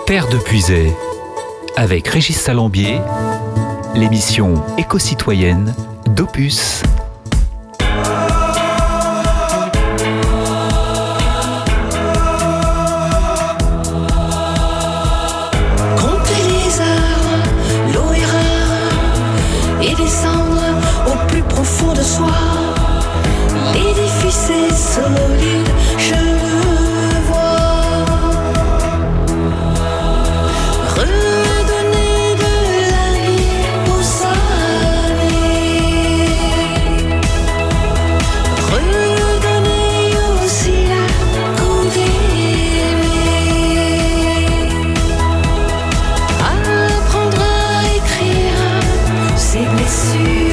Terre de Puisay, avec Régis Salambier, l'émission éco-citoyenne d'Opus. Compter les heures, l'eau est rare, et descendre au plus profond de soi. L'édifice est solide, je le vois. Redonner de la vie aux années. Redonner aussi la goût d'aimer. Apprendre à écrire ses blessures.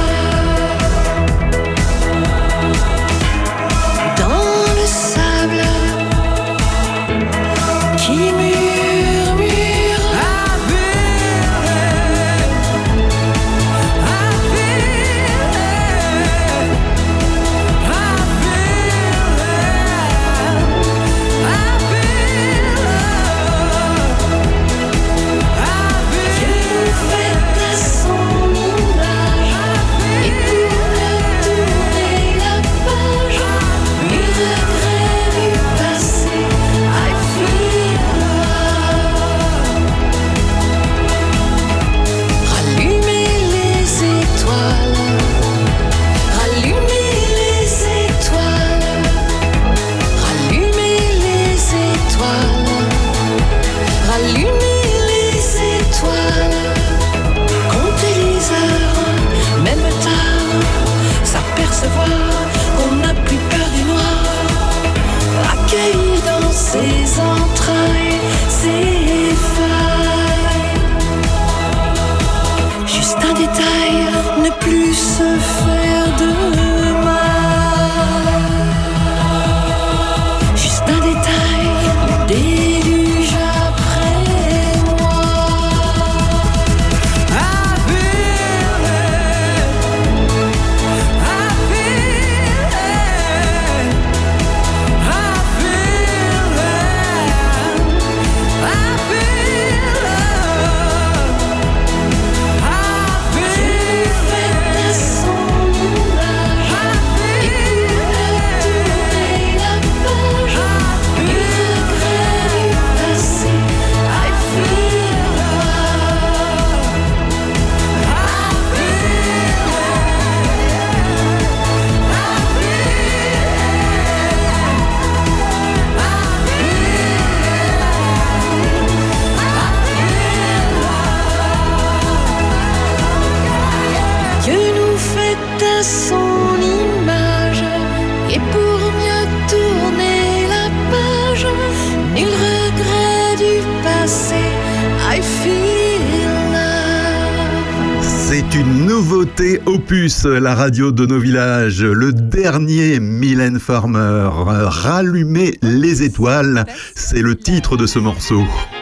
Opus, la radio de nos villages, le dernier Mylène Farmer, Rallumer les étoiles, c'est le titre de ce morceau.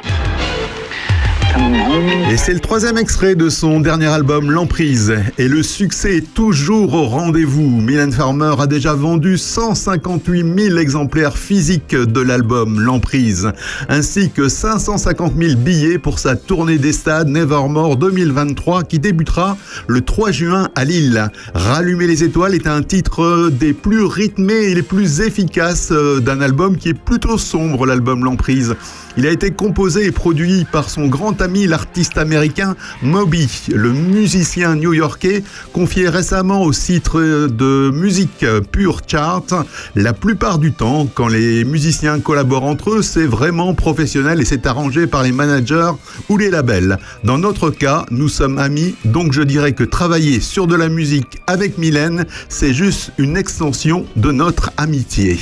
Et c'est le troisième extrait de son dernier album, L'Emprise. Et le succès est toujours au rendez-vous. Mylène Farmer a déjà vendu 158 000 exemplaires physiques de l'album L'Emprise, ainsi que 550 000 billets pour sa tournée des stades Nevermore 2023 qui débutera le 3 juin à Lille. Rallumer les étoiles est un titre des plus rythmés et les plus efficaces d'un album qui est plutôt sombre, l'album L'Emprise. Il a été composé et produit par son grand ami, l'artiste américain Moby, le musicien new-yorkais, confié récemment au site de musique Pure Chart. La plupart du temps, quand les musiciens collaborent entre eux, c'est vraiment professionnel et c'est arrangé par les managers ou les labels. Dans notre cas, nous sommes amis, donc je dirais que travailler sur de la musique avec Mylène, c'est juste une extension de notre amitié.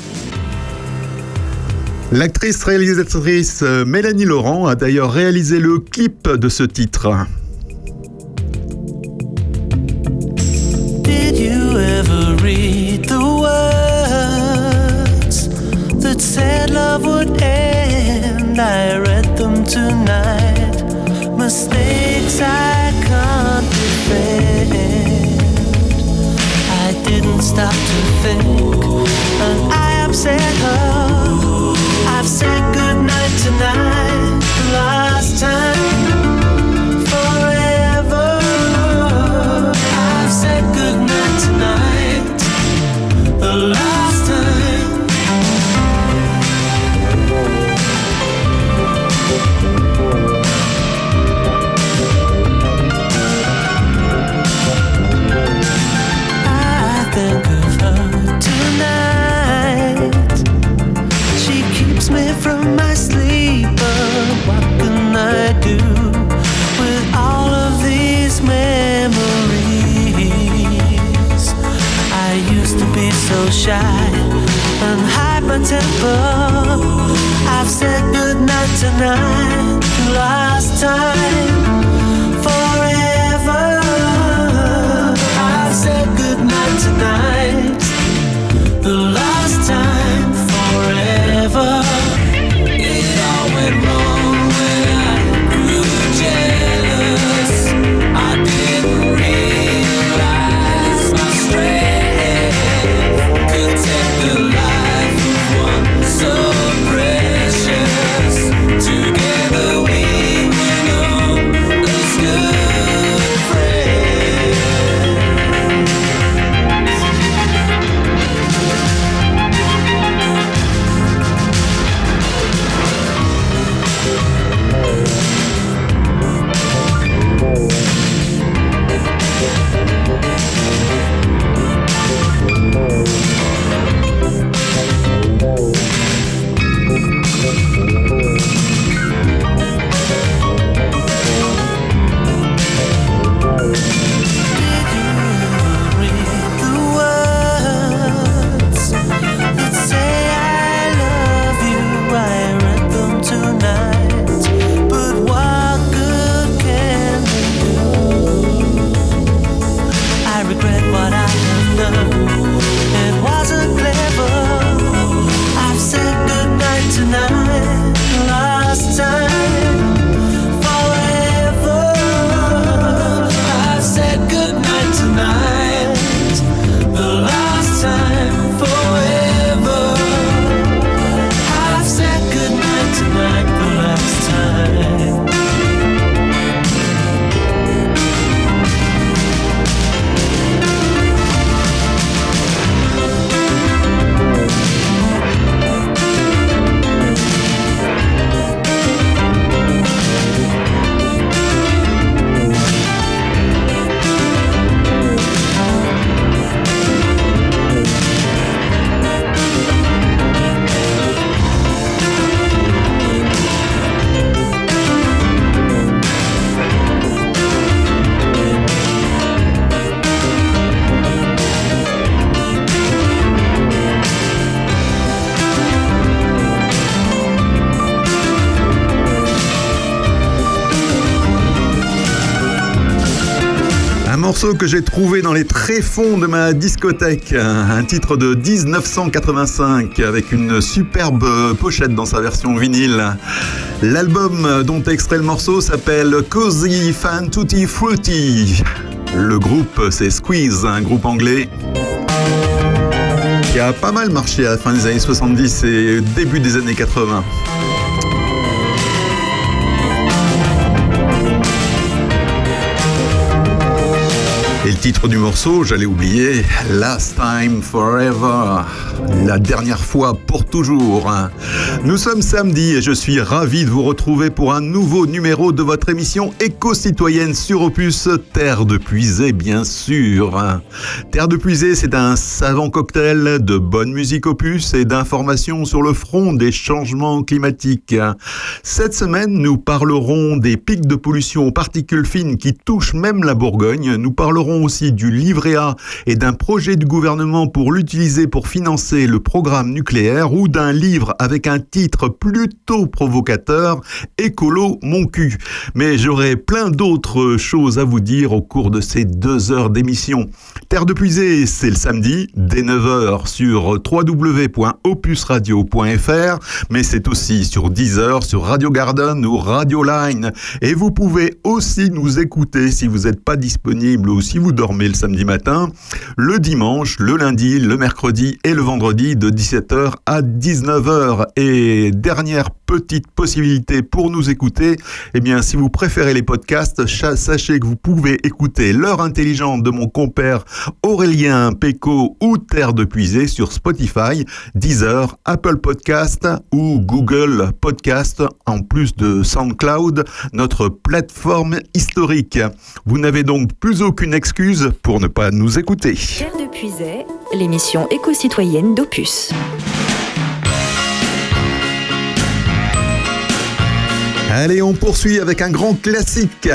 L'actrice-réalisatrice Mélanie Laurent a d'ailleurs réalisé le clip de ce titre. Did you ever read the words that said love would end? I read them tonight. Mistakes I can't defend. I didn't stop to think, and I upset her. I've said goodnight tonight. clever. I've said goodnight tonight, the last time, forever. I've said goodnight tonight, the last time, forever. It all went wrong when I grew jealous. I didn't realize my strength could take the life of one so precious. Together we were known as good friends. Morceau que j'ai trouvé dans les tréfonds de ma discothèque, un titre de 1985 avec une superbe pochette dans sa version vinyle. L'album dont est extrait le morceau s'appelle Cozy Fan Tutti Frutti. Le groupe c'est Squeeze, un groupe anglais qui a pas mal marché à la fin des années 70 et début des années 80. Et le titre du morceau, j'allais oublier, Last Time Forever, la dernière fois pour toujours. Nous sommes samedi et je suis ravi de vous retrouver pour un nouveau numéro de votre émission éco-citoyenne sur Opus, Terre de Puisée bien sûr. Terre de Puisée, c'est un savant cocktail de bonne musique Opus et d'informations sur le front des changements climatiques. Cette semaine, nous parlerons des pics de pollution aux particules fines qui touchent même la Bourgogne. Nous parlerons aussi du livret A et d'un projet du gouvernement pour l'utiliser pour financer le programme nucléaire ou d'un livre avec un titre plutôt provocateur, Écolo mon cul. Mais j'aurai plein d'autres choses à vous dire au cours de ces 2 heures d'émission. Terre de Puisée, c'est le samedi dès 9h sur www.opusradio.fr, mais c'est aussi sur Deezer, sur Radio Garden ou Radio Line. Et vous pouvez aussi nous écouter si vous n'êtes pas disponible ou si vous dormez le samedi matin, le dimanche, le lundi, le mercredi et le vendredi de 17h à 19h. Et dernière petite possibilité pour nous écouter, eh bien si vous préférez les podcasts, sachez que vous pouvez écouter L'heure intelligente de mon compère Aurélien Péco ou Terre de Puisée sur Spotify, Deezer, Apple Podcast ou Google Podcast, en plus de SoundCloud, notre plateforme historique. Vous n'avez donc plus aucune excuse pour ne pas nous écouter. Terre de Puisée, l'émission éco-citoyenne d'Opus. Allez, on poursuit avec un grand classique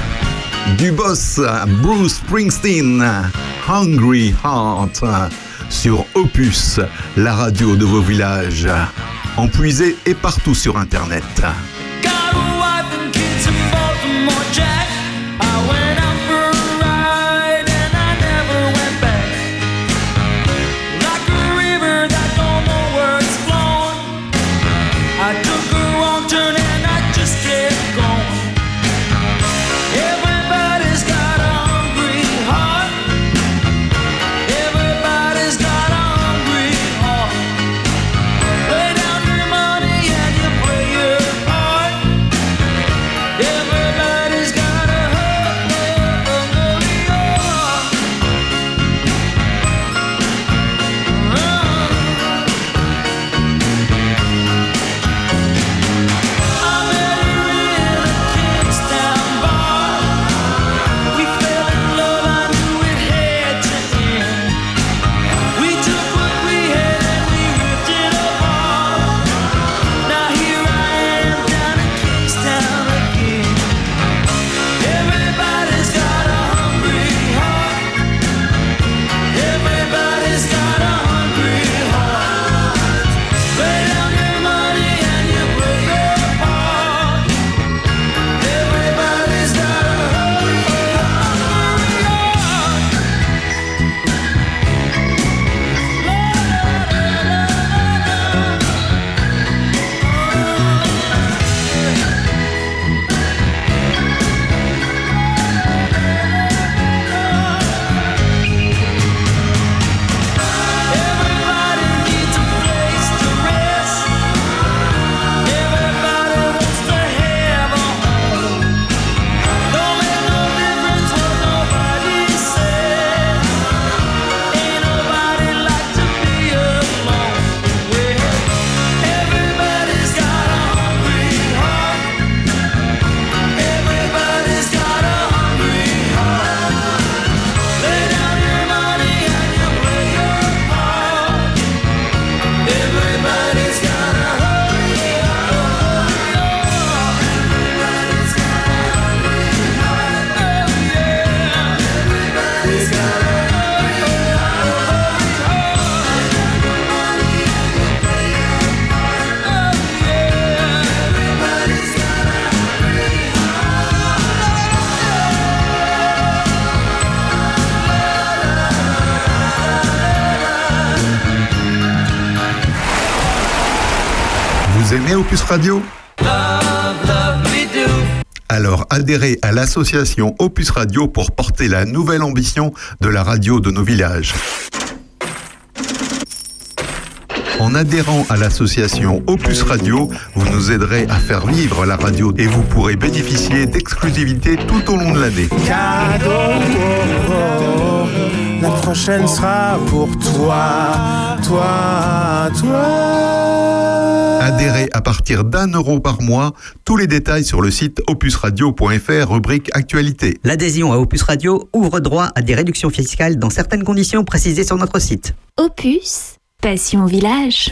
du boss Bruce Springsteen, Hungry Heart, sur Opus, la radio de vos villages. En puiser et partout sur Internet. Vous aimez Opus Radio ? Alors adhérez à l'association Opus Radio pour porter la nouvelle ambition de la radio de nos villages. En adhérant à l'association Opus Radio, vous nous aiderez à faire vivre la radio et vous pourrez bénéficier d'exclusivités tout au long de l'année. Cadeau, la prochaine sera pour toi, toi, toi. Adhérez à partir d'€1 par mois. Tous les détails sur le site opusradio.fr, rubrique Actualité. L'adhésion à Opus Radio ouvre droit à des réductions fiscales dans certaines conditions précisées sur notre site. Opus, passion village.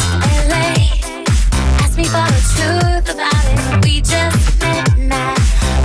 LA, ask me for the truth about it. We just met now.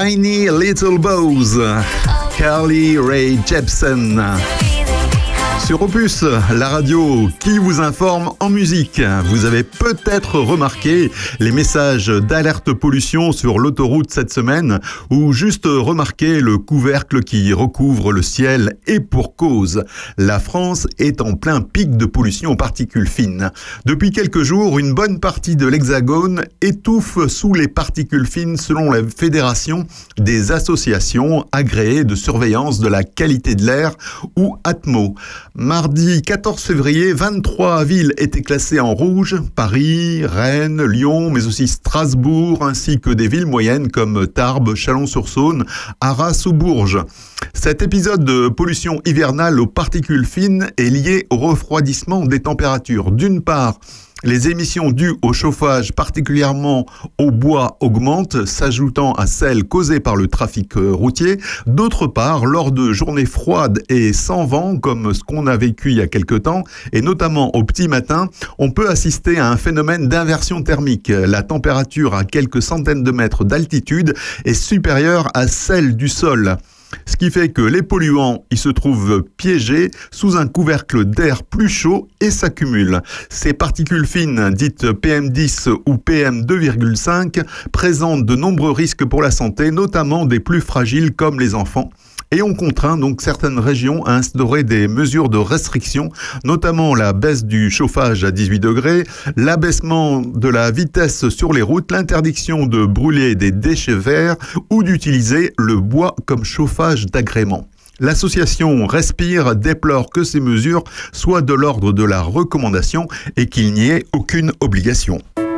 Tiny Little Bows, Carly Rae Jepsen. Sur Opus, la radio qui vous informe en musique. Vous avez peut-être remarqué les messages d'alerte pollution sur l'autoroute cette semaine ou juste remarqué le couvercle qui recouvre le ciel et pour cause. La France est en plein pic de pollution aux particules fines. Depuis quelques jours, une bonne partie de l'Hexagone étouffe sous les particules fines selon la Fédération des associations agréées de surveillance de la qualité de l'air ou ATMO. Mardi 14 février, 23 villes étaient classées en rouge, Paris, Rennes, Lyon, mais aussi Strasbourg, ainsi que des villes moyennes comme Tarbes, Chalon-sur-Saône, Arras ou Bourges. Cet épisode de pollution hivernale aux particules fines est lié au refroidissement des températures. D'une part, les émissions dues au chauffage, particulièrement au bois, augmentent, s'ajoutant à celles causées par le trafic routier. D'autre part, lors de journées froides et sans vent, comme ce qu'on a vécu il y a quelque temps, et notamment au petit matin, on peut assister à un phénomène d'inversion thermique. La température à quelques centaines de mètres d'altitude est supérieure à celle du sol. Ce qui fait que les polluants y se trouvent piégés sous un couvercle d'air plus chaud et s'accumulent. Ces particules fines, dites PM10 ou PM2,5, présentent de nombreux risques pour la santé, notamment des plus fragiles comme les enfants. Et on contraint donc certaines régions à instaurer des mesures de restriction, notamment la baisse du chauffage à 18 degrés, l'abaissement de la vitesse sur les routes, l'interdiction de brûler des déchets verts ou d'utiliser le bois comme chauffage d'agrément. L'association Respire déplore que ces mesures soient de l'ordre de la recommandation et qu'il n'y ait aucune obligation.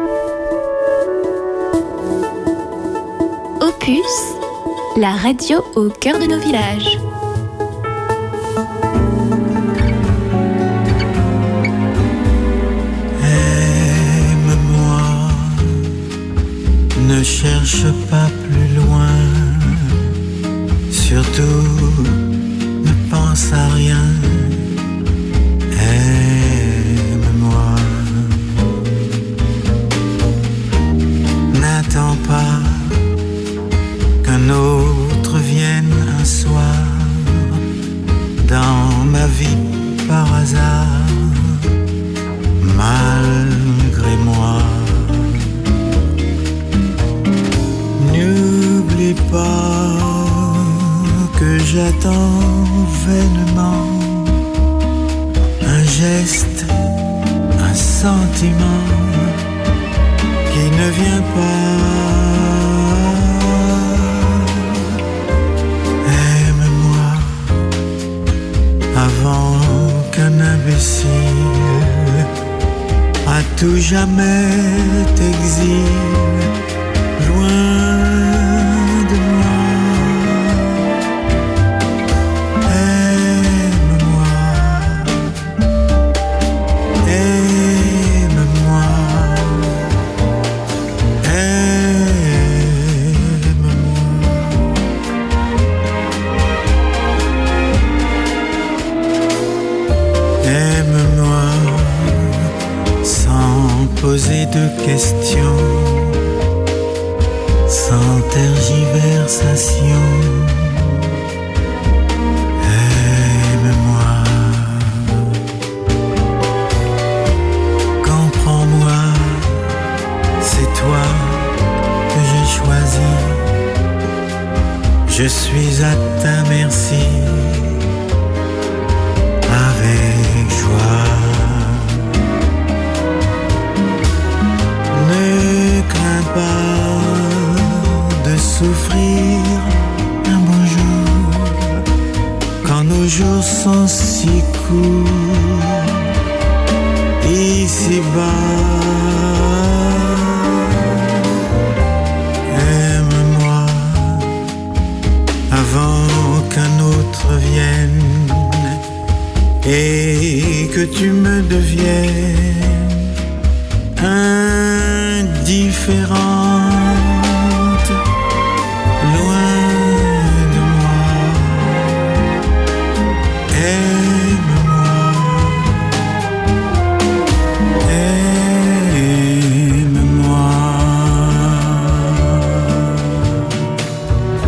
Opus, la radio au cœur de nos villages. Aime-moi, ne cherche pas plus loin, surtout ne pense à rien. Aime-moi, n'attends pas qu'un autre vienne un soir dans ma vie par hasard, malgré moi. N'oublie pas que j'attends vainement un geste, un sentiment qui ne vient pas. Avant qu'un imbécile à tout jamais t'exile loin de moi. Aime-moi, aime-moi, aime-moi, sans poser de questions, sans tergiversation. Aime-moi, comprends-moi, c'est toi que j'ai choisi. Je suis à ta merci. Avec joie, ne crains pas de souffrir un bon jour, quand nos jours sont si courts, ici-bas. Aime-moi avant qu'un autre vienne et que tu me deviennes indifférente, loin de moi. Aime-moi, aime-moi.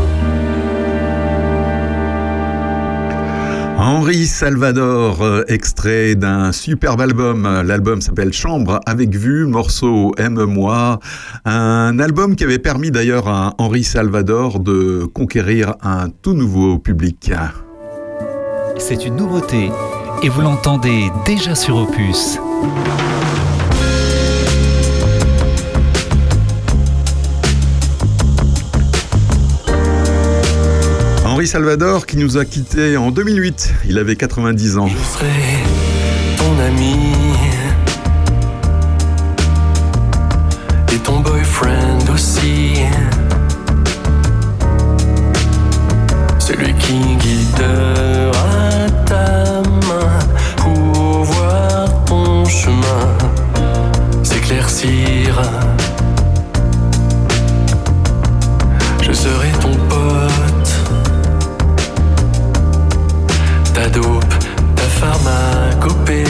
Salvador, extrait d'un superbe album. L'album s'appelle Chambre avec vue, morceau Aime-moi. Un album qui avait permis d'ailleurs à Henri Salvador de conquérir un tout nouveau public. C'est une nouveauté et vous l'entendez déjà sur Opus. Henri Salvador qui nous a quittés en 2008, il avait 90 ans. Je serai ton ami et ton boyfriend aussi, celui qui guidera ta main pour voir ton chemin s'éclaircir. Je serai ton pote, ta dope, ta pharmacopée.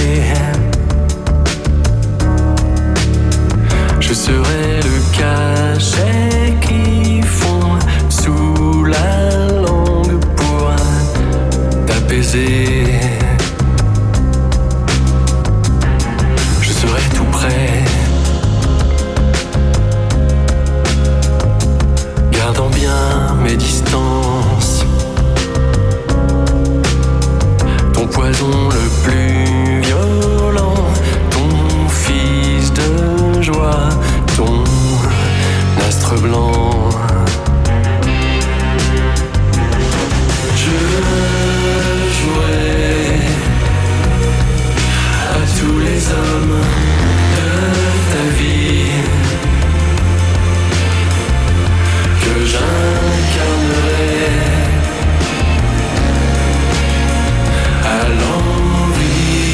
Je serai le cachet qui fond sous la langue pour t'apaiser. Je serai tout près, gardant bien mes distances. Ton poison le plus violent, ton fils de joie, ton astre blanc. Je jouerai à tous les hommes de ta vie que j'incarnerai à l'envie.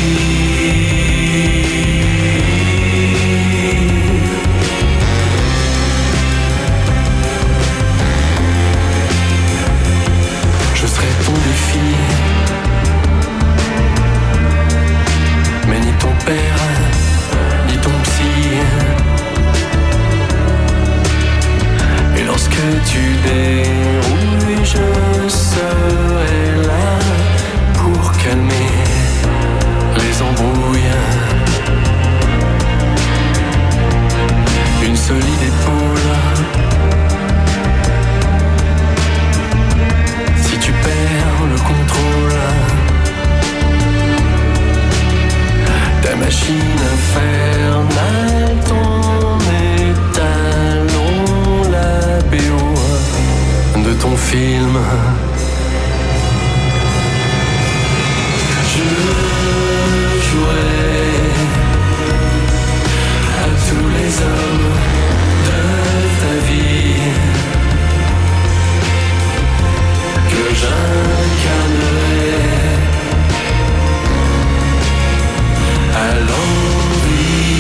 Je serai ton défi, mais ni ton père, ni ton psy. Et lorsque tu dérouilles, je serai là pour calmer les embrouilles. Une solide épaule, si tu perds le contrôle, ta machine infernale, ton étalon, la BO de ton film. Je jouerai à tous les hommes de ta vie que j'incarnerai à l'envie.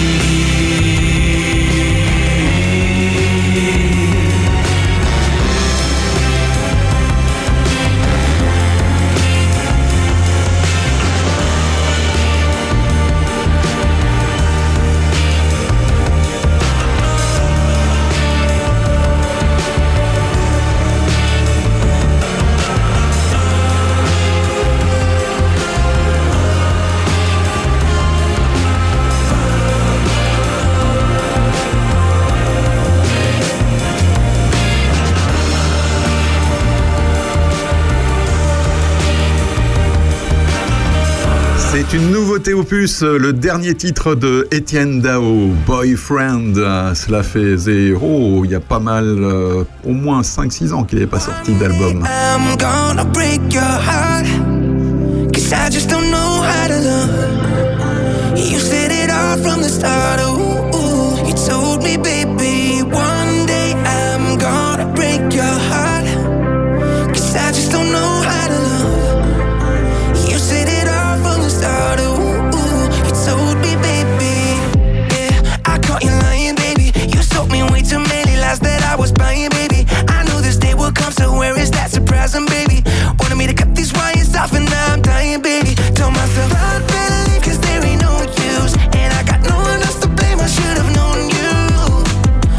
C'est une nouveauté opus, le dernier titre de Étienne Dao, Boyfriend. Cela faisait, il y a pas mal, au moins 5-6 ans qu'il n'est pas sorti d'album. I'm gonna break your heart, 'cause I just don't know how to love. You said it all from the start, ooh. You told me, baby, one day I'm gonna break your heart, 'cause I just don't know how to love. You said it all from the start, ooh. You told me, baby, yeah, I caught you lying, baby. You told me way too many lies that I was buying, baby. I knew this day would come, so where is that surprising, baby? Wanted me to cut these wires off and now I'm dying, baby. Told myself I'd better leave 'cause there ain't no use, and I got no one else to blame, I should have known you.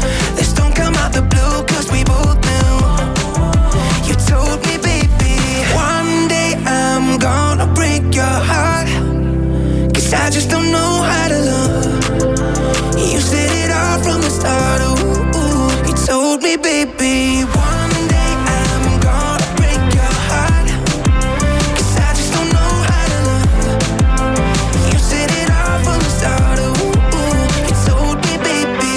just don't know how to love. You said it all from the start. Ooh, you told me, baby, one day I'm gonna break your heart. 'Cause I just don't know how to love. You said it all from the start. Ooh, you told me, baby.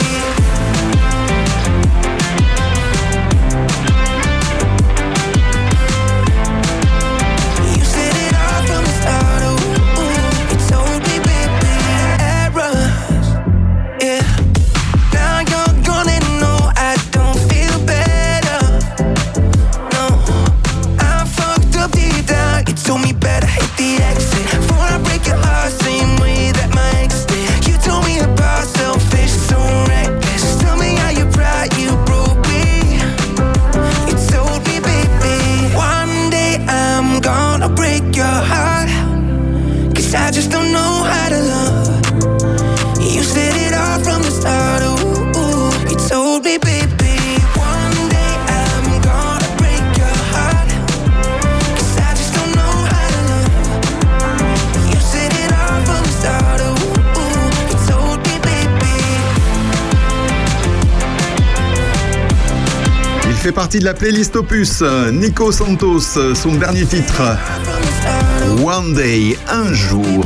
You said it all from the start. Ooh, you told me, baby. Errors, yeah. Now you're gone and no, I don't feel better. No, I'm fucked up deep down. You told me better hit the exit before I break your heart, same way that my ex did. You told me about selfish, so reckless. Tell me how you proud you broke me. You told me, baby, one day I'm gonna break your heart. 'Cause I just don't know how to love. You said it all from the start. Ooh, you told me, baby, one day I'm gonna break your heart. 'Cause I just don't know how to love. You said it all from the start. Ooh, you told me, baby. Il fait partie de la playlist Opus. Nico Santos, son dernier titre, One Day, un jour.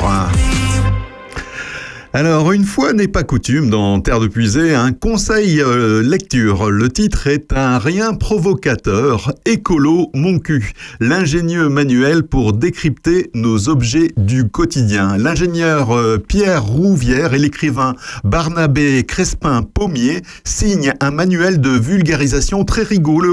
Alors, une fois n'est pas coutume dans Terre de Puisée, un conseil lecture. Le titre est un rien provocateur, Écolo mon cul, l'ingénieux manuel pour décrypter nos objets du quotidien. L'ingénieur Pierre Rouvière et l'écrivain Barnabé Crespin-Pommier signent un manuel de vulgarisation très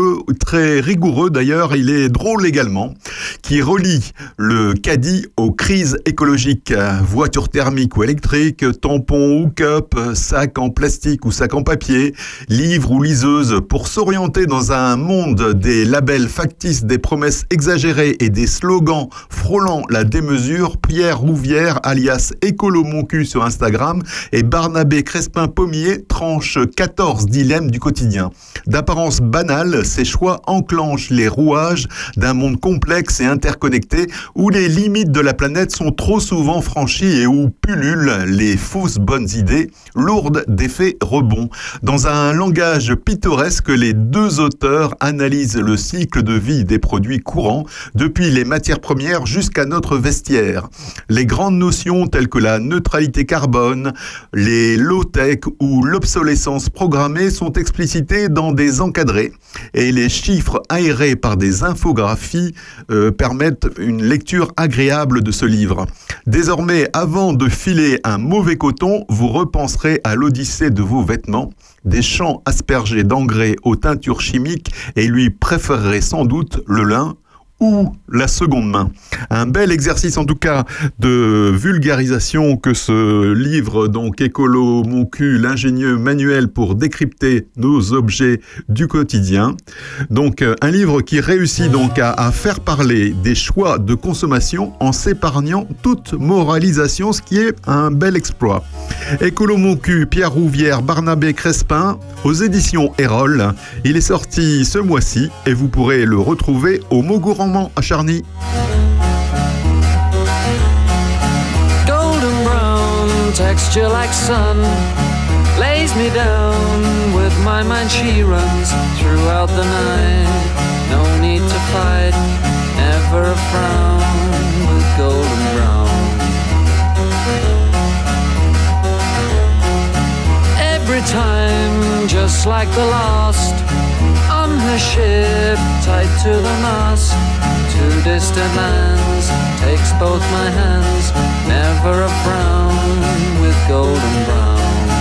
rigoureux d'ailleurs, il est drôle également, qui relie le caddie aux crises écologiques, voiture thermique ou électrique, tampons ou cup, sac en plastique ou sac en papier, livre ou liseuse, pour s'orienter dans un monde des labels factices, des promesses exagérées et des slogans frôlant la démesure. Pierre Rouvière, alias Écolo mon cul sur Instagram, et Barnabé Crespin-Pommier tranchent 14 dilemmes du quotidien. D'apparence banale, ces choix enclenchent les rouages d'un monde complexe et interconnecté où les limites de la planète sont trop souvent franchies et où pullulent les fausses bonnes idées, lourdes d'effets rebonds. Dans un langage pittoresque, les deux auteurs analysent le cycle de vie des produits courants, depuis les matières premières jusqu'à notre vestiaire. Les grandes notions telles que la neutralité carbone, les low-tech ou l'obsolescence programmée sont explicitées dans des encadrés, et les chiffres aérés par des infographies permettent une lecture agréable de ce livre. Désormais, avant de filer un mauvais coton, vous repenserez à l'odyssée de vos vêtements, des champs aspergés d'engrais aux teintures chimiques, et lui préférerez sans doute le lin ou la seconde main. Un bel exercice en tout cas de vulgarisation que ce livre, donc Écolo mon cul, l'ingénieux manuel pour décrypter nos objets du quotidien. Donc un livre qui réussit donc à faire parler des choix de consommation en s'épargnant toute moralisation, ce qui est un bel exploit. Écolo mon cul, Pierre Rouvière, Barnabé Crespin, aux éditions Erol. Il est sorti ce mois-ci et vous pourrez le retrouver au Mogourand à Charny. Golden brown texture like sun lays me down. With my mind she runs throughout the night. No need to fight, never a frown with golden brown. Every time, just like the last, on her ship, tied to the mast, to distant lands, takes both my hands, never a frown with golden brown.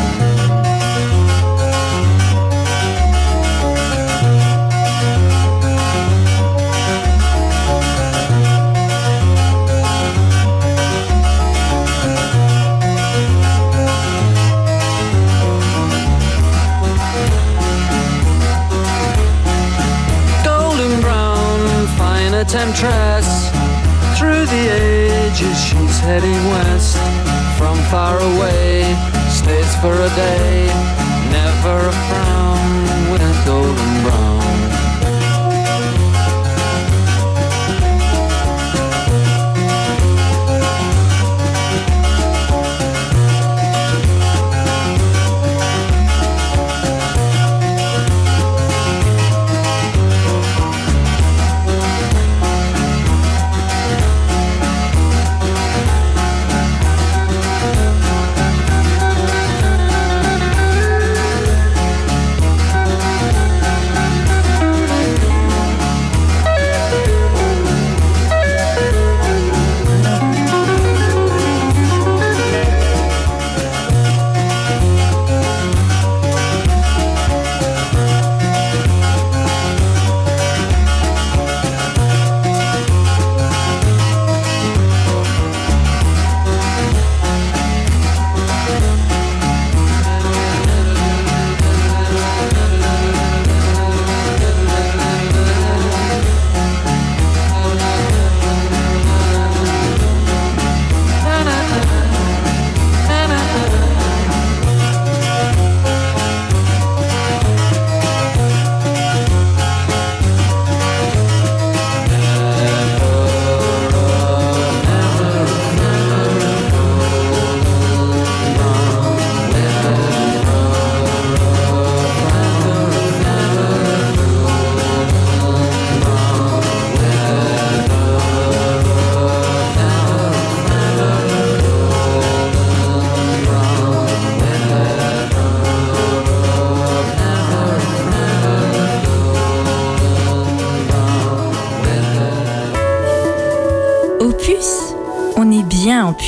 A temptress, through the ages she's heading west. From far away, stays for a day, never a frown with golden brown.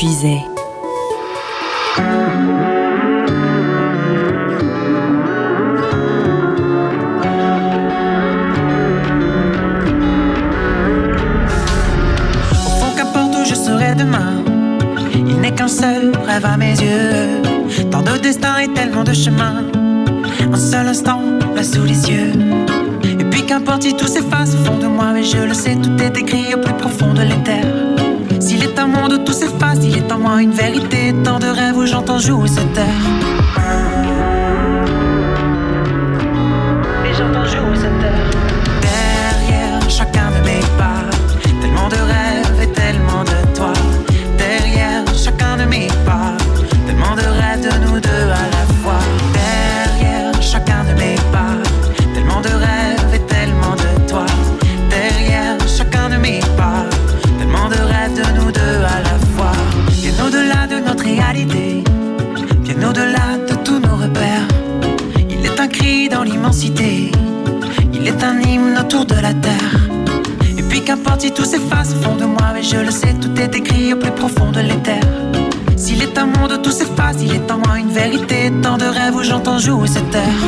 Puiset. Demain, il n'est qu'un seul rêve à mes yeux. Tant de destins et tellement de chemins. Un seul instant, là sous les yeux. Et puis qu'importe si tout s'efface au fond de moi, mais je le sais, tout est écrit au plus profond de l'éther. S'il est un monde où tout s'efface, il est en moi une vérité. Tant de rêves où j'entends jouer cette heure. Et j'entends jouer cette heure. Derrière chacun de mes pas, tellement de rêves et tellement de toi. Derrière chacun de mes pas, tellement de rêves de nous deux à la fois. Derrière chacun de mes pas, tellement de rêves et tellement de toi. Derrière chacun de mes pas, tellement de rêves de nous deux à la fois. Bien au-delà de notre réalité, bien au-delà de tous nos repères. Il est un cri dans l'immensité, il est un hymne autour de la terre. Et puis qu'importe si tout s'efface au fond de moi, mais je le sais, tout est écrit au plus profond de l'éther. S'il est un monde où tout s'efface, il est en moi une vérité. Tant de rêves où j'entends jouer cette heure.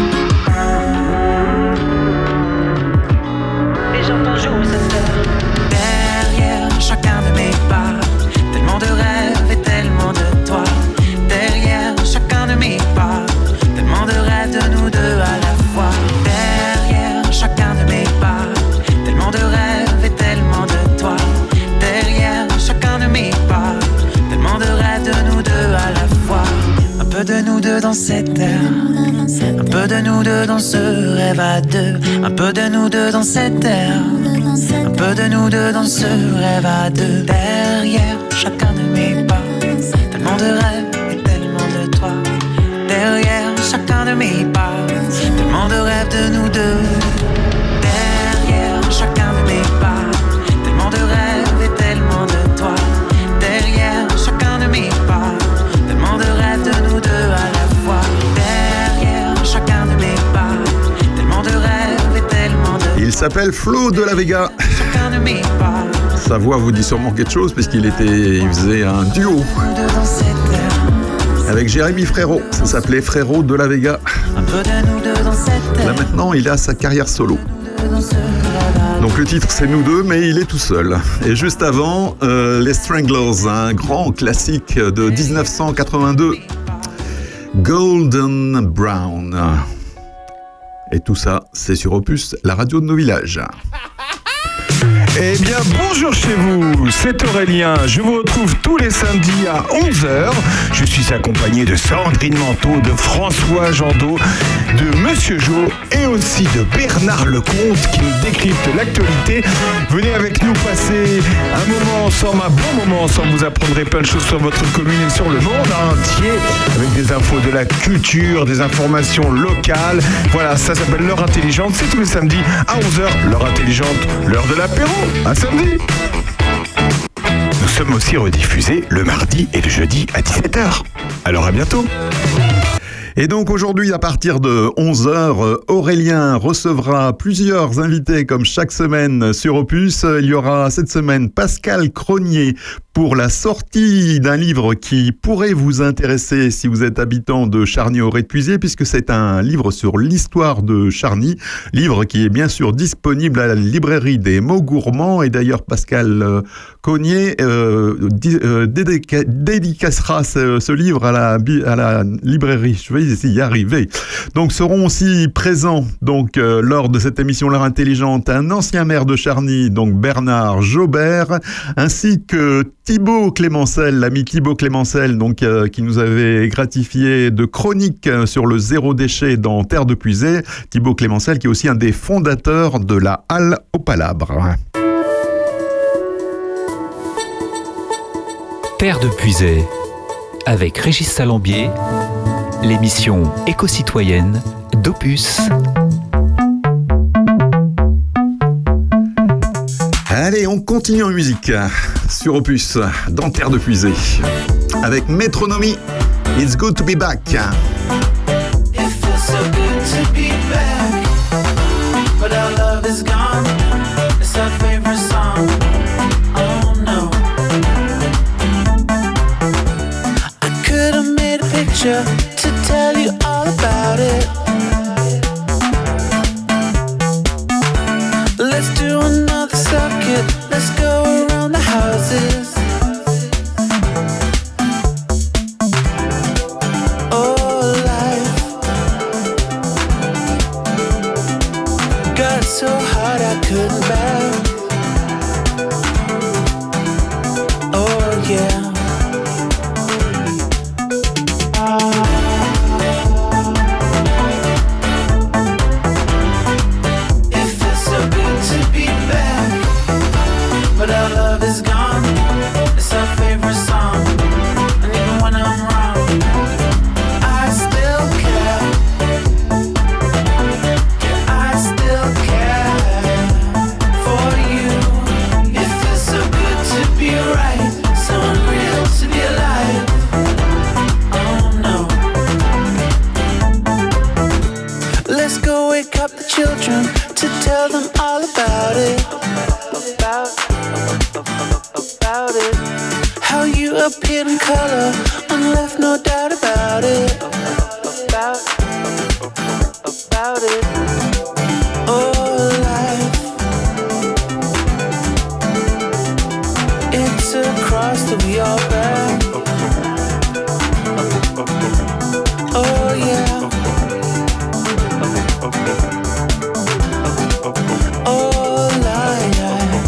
Et j'entends jouer cette heure. Derrière chacun de mes pas, tellement de rêves et tellement de toi. Derrière chacun de mes pas, tellement de rêves de nous deux à la fois. Derrière chacun de mes pas, tellement de rêves et tellement de toi. Derrière chacun de mes pas, tellement de rêves de nous deux à la fois. Un peu de nous deux dans cette heure, un peu de nous deux dans ce rêve à deux. Un peu de nous deux dans cette heure, un peu de nous deux dans ce rêve à deux. Derrière chacun de mes pas, tellement de rêves et tellement de toi. Derrière chacun de mes pas, tellement de rêves de nous deux. Derrière chacun de mes pas, tellement de rêves et tellement de toi. Derrière chacun de mes pas, tellement de rêves de nous deux à la fois. Derrière chacun de mes pas, tellement de rêves et tellement de. Il s'appelle Flo de la Vega. Chacun de mes pas. Sa voix vous dit sûrement quelque chose puisqu'il faisait un duo avec Jérémy Frérot. Ça s'appelait Frérot de la Vega. Là maintenant, il a sa carrière solo. Donc le titre c'est Nous deux, mais il est tout seul. Et juste avant, les Stranglers, un grand classique de 1982, Golden Brown. Et tout ça, c'est sur Opus, la radio de nos villages. Eh bien, bonjour chez vous, c'est Aurélien. Je vous retrouve tous les samedis à 11h. Je suis accompagné de Sandrine Manteau, de François Jandot, de Monsieur Jo et aussi de Bernard Lecomte qui nous décrypte l'actualité. Venez avec nous passer un moment ensemble, un bon moment ensemble. Vous apprendrez plein de choses sur votre commune et sur le monde entier avec des infos de la culture, des informations locales. Voilà, ça s'appelle L'heure intelligente. C'est tous les samedis à 11h. L'heure intelligente, l'heure de l'apéro. À samedi. Nous sommes aussi rediffusés le mardi et le jeudi à 17h. Alors à bientôt. Et donc aujourd'hui, à partir de 11h, Aurélien recevra plusieurs invités comme chaque semaine sur Opus. Il y aura cette semaine Pascal Cronier pour la sortie d'un livre qui pourrait vous intéresser si vous êtes habitant de Charny-au-Rez-de-Puisaye, puisque c'est un livre sur l'histoire de Charny, livre qui est bien sûr disponible à la librairie des mots gourmands. Et d'ailleurs, Pascal Cronier dédicacera ce livre à la librairie. Je vais y arriver. Donc seront aussi présents lors de cette émission L'heure intelligente un ancien maire de Charny, donc Bernard Jobert, ainsi que Thibaut Clémencel, l'ami Thibaut Clémencel, qui nous avait gratifié de chroniques sur le zéro déchet dans Terre de Puisaye. Thibaut Clémencel qui est aussi un des fondateurs de la Halle au Palabre. Terre de Puisaye, avec Régis Salambier, l'émission éco-citoyenne d'Opus. Allez, on continue en musique sur Opus, dans Terre de Puisaye, avec Métronomie, It's Good to Be Back. It feels so good to be back, but our love is gone. It's our favorite song. Oh no. picture to tell you all about it. Let's do another circuit. Let's go around the houses. Oh, life got so hard I couldn't bear. Oh, yeah. But our love is gone. It's our favorite song. And even when I'm wrong, I still care. I still care for you. It feels so good to be right, so unreal to be alive. Oh no. Let's go wake up the children to tell them all about it. About it. How you appeared in color and left no doubt about it. About it. Oh, life. It's a cross that we all bear. Oh, yeah. Oh, life.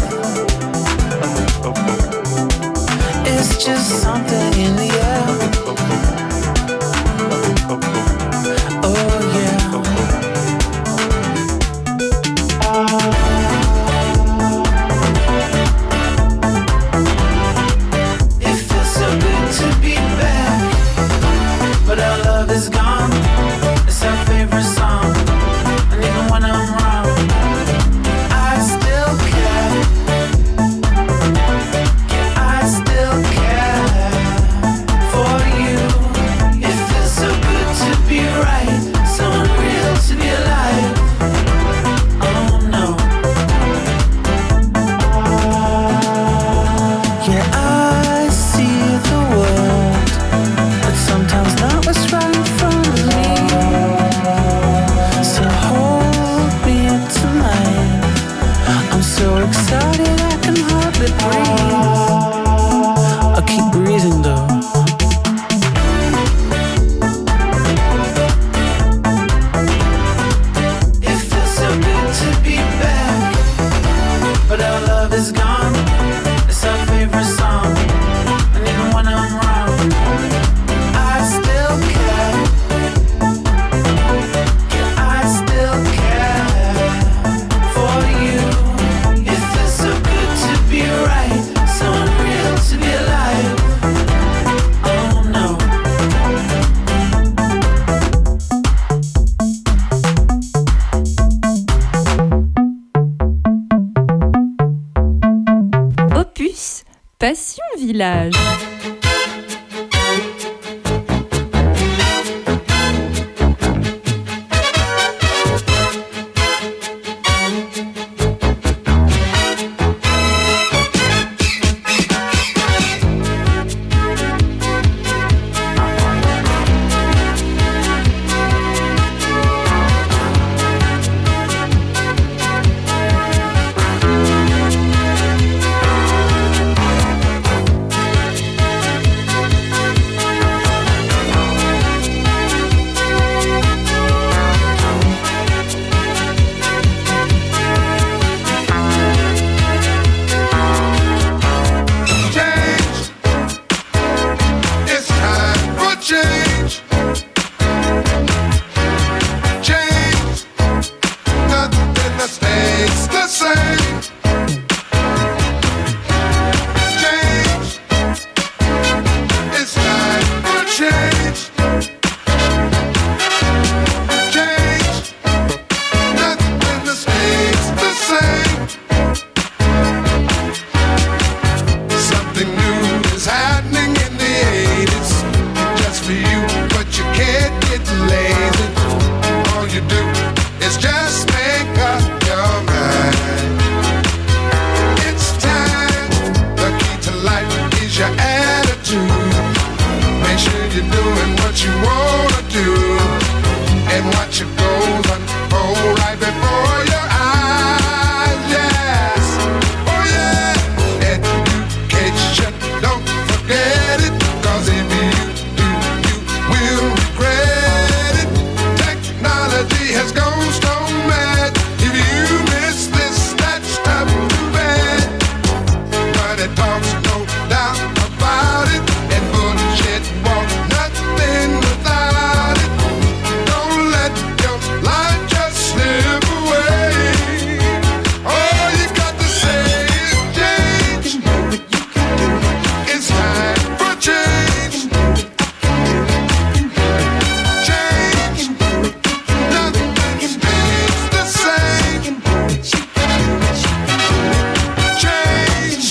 It's just something in the air. Oh yeah. It feels so good to be back, but our love is gone. It's our favorite song, and even when I'm wrong, I still care. I still care for you. It feels so good to be right, so unreal to be alive. Oh no. Yeah, I see the world, but sometimes not what's right in front of me. So hold me tonight. I'm so excited I can hardly breathe. I'll keep breathing though. It feels so good to be back, but our love is gone. It's our favorite song, and even when I'm wrong, I still care. I still care for you. It feels so good to be right, so unreal to be alive. Oh no. Opus Passion Village. Something new is happening in the 80s, just for you doing what you wanna do, and watch it goes unfold right before your eyes. Yes, oh yeah, education, don't forget it, 'cause if you do, you will regret it. Technology has gone stone mad. If you miss this, that's up to bad. But it talks, no doubt about it, and bullshit won't nothing without it. Don't let your life just slip away. All you got to say is change. It's time for change. Change. Nothing stays the same. Change.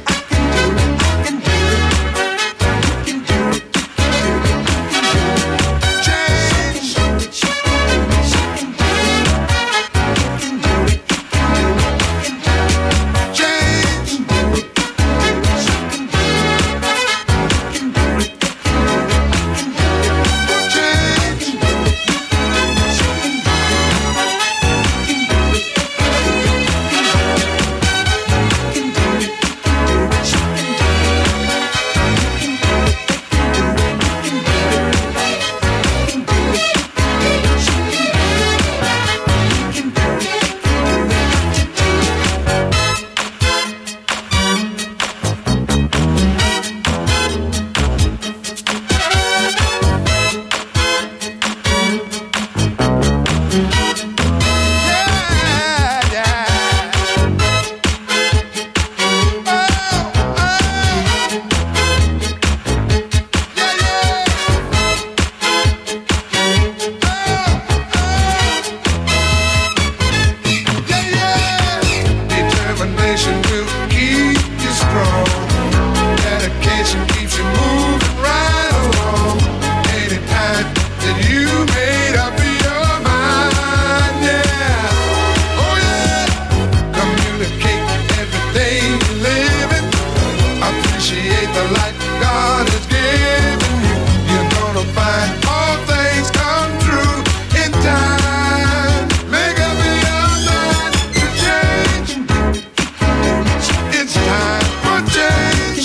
Determination will keep you strong. Dedication keeps you moving right along. Anytime that you made up your mind, yeah. Oh yeah. Communicate every day you live it. Appreciate the life God has given you. You're gonna find all things come true in time. Make up your mind to change. It's time for change.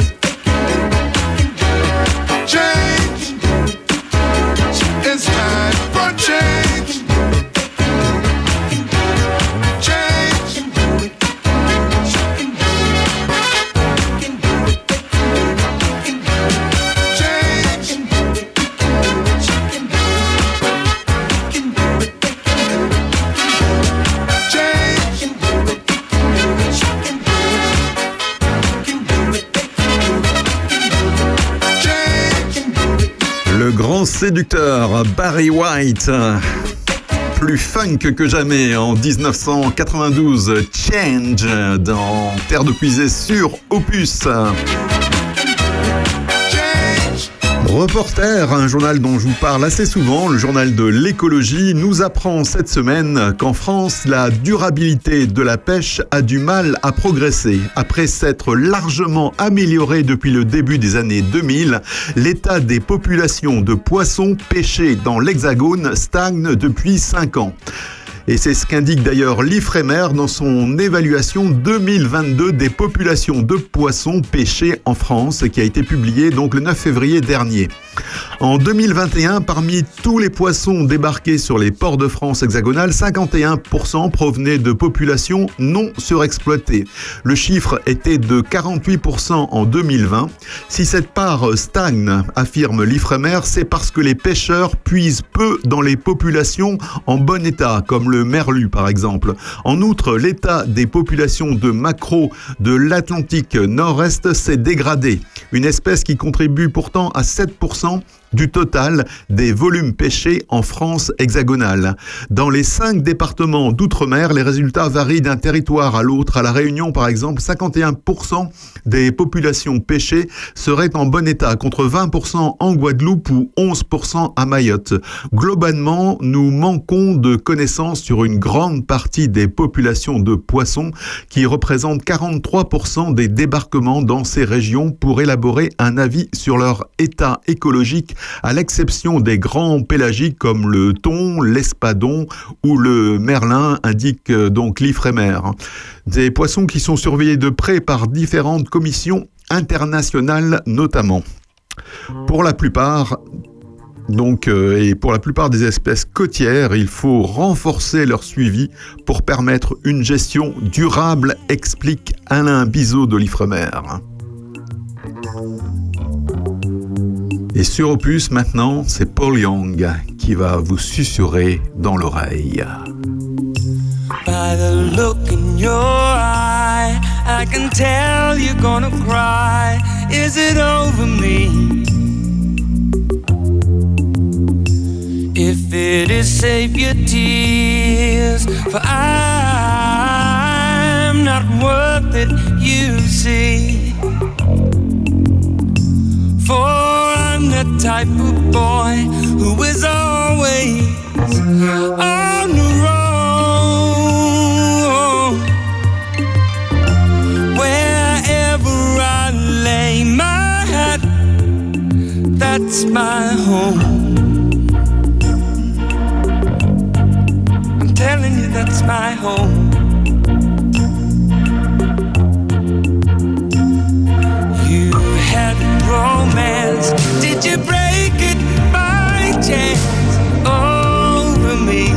Change. It's time for change. Change. Le grand séducteur Barry White, plus funk que jamais en 1992, Change dans Terre de Puisée sur Opus. Reporter, un journal dont je vous parle assez souvent, le journal de l'écologie, nous apprend cette semaine qu'en France, la durabilité de la pêche a du mal à progresser. Après s'être largement améliorée depuis le début des années 2000, l'état des populations de poissons pêchés dans l'Hexagone stagne depuis 5 ans. Et c'est ce qu'indique d'ailleurs l'Ifremer dans son évaluation 2022 des populations de poissons pêchés en France, qui a été publiée donc le 9 février dernier. En 2021, parmi tous les poissons débarqués sur les ports de France hexagonale, 51% provenaient de populations non surexploitées. Le chiffre était de 48% en 2020. Si cette part stagne, affirme l'Ifremer, c'est parce que les pêcheurs puisent peu dans les populations en bon état, comme le merlu par exemple. En outre, l'état des populations de maquereaux de l'Atlantique Nord-Est s'est dégradé. Une espèce qui contribue pourtant à 7% du total des volumes pêchés en France hexagonale. Dans les 5 départements d'outre-mer, les résultats varient d'un territoire à l'autre. À La Réunion, par exemple, 51% des populations pêchées seraient en bon état, contre 20% en Guadeloupe ou 11% à Mayotte. Globalement, nous manquons de connaissances sur une grande partie des populations de poissons qui représentent 43% des débarquements dans ces régions. Pour élaborer un avis sur leur état écologique, à l'exception des grands pélagiques comme le thon, l'espadon ou le merlin, indique donc l'Ifremer. Des poissons qui sont surveillés de près par différentes commissions internationales notamment. Pour la plupart des espèces côtières, il faut renforcer leur suivi pour permettre une gestion durable, explique Alain Bizot de l'Ifremer. Et sur Opus, maintenant, c'est Paul Young qui va vous susurrer dans l'oreille. By the look in your eye, I can tell you're gonna cry. Is it over me? If it is, save your tears, for I'm not worth it, you see. For I'm the type of boy who is always on the road. Wherever I lay my hat, that's my home. I'm telling you, that's my home. You had romance, did you break it by chance over me?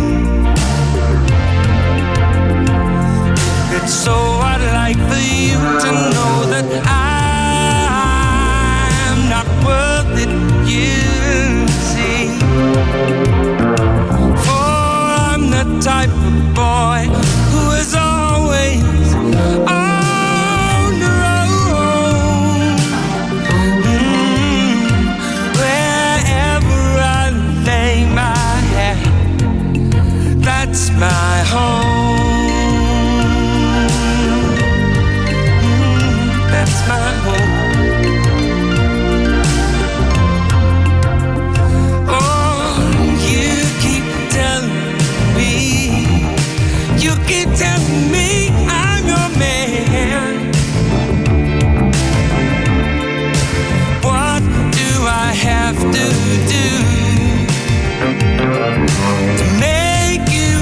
If it's so, I'd like for you to know that I'm not worth it, you see. For I'm the type of boy who is always on the road. Wherever I lay my head, that's my home. That's my home. You keep telling me I'm your man. What do I have to do to make you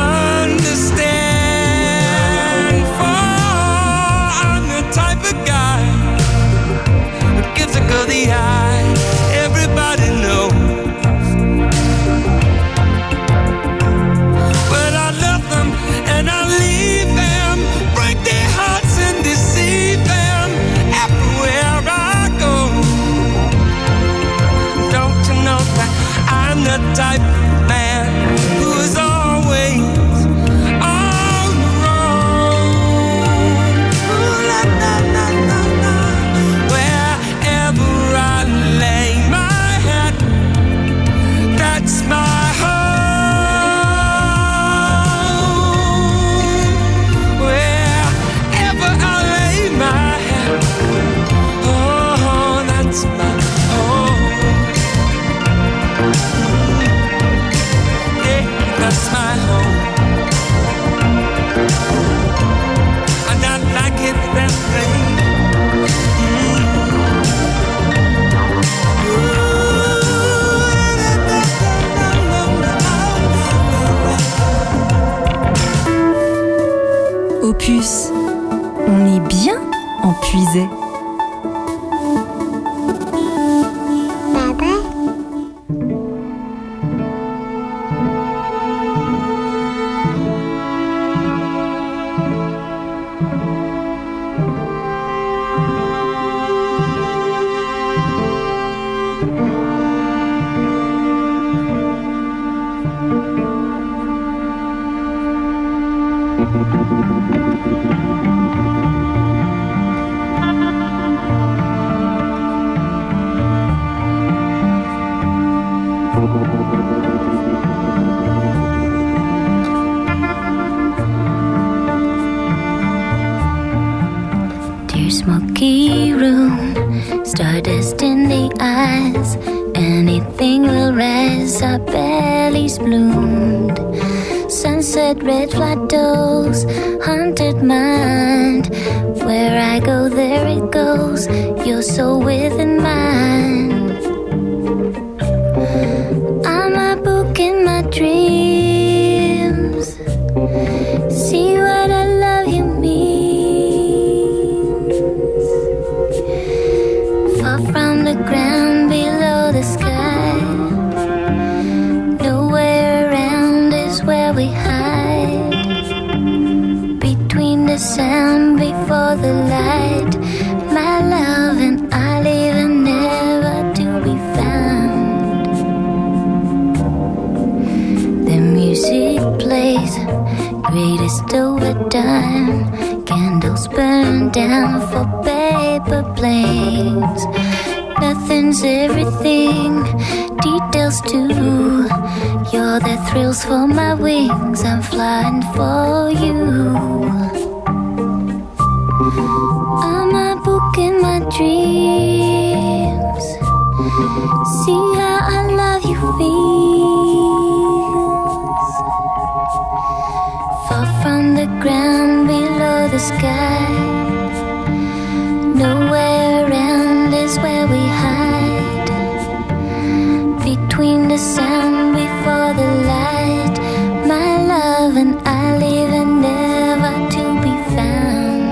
understand? For I'm the type of guy who gives a girl the eye. Everybody knows. And I leave them, break their hearts and deceive them everywhere I go. Don't you know that I'm the type of man who is always on the road? Ooh, la, la, la, la, la. Wherever I lay my head, that's my home. That's my home. I'm not like it that way. Opus, on est bien en Puisay. Smoky room, stardust in the eyes. Anything will rise, our bellies bloomed. Sunset red plateaus, haunted mind. Where I go, there it goes. Your soul within mine. sound before the light. My love and I live and never to be found. The music plays, greatest over time. Candles burn down for paper planes. Nothing's everything, details too. You're the thrills for my wings, I'm flying for you. I'm a book in my dreams. See how I love you feels. Far from the ground, below the sky. Nowhere around is where we hide. Between the sound before the light. My love and I live and never to be found.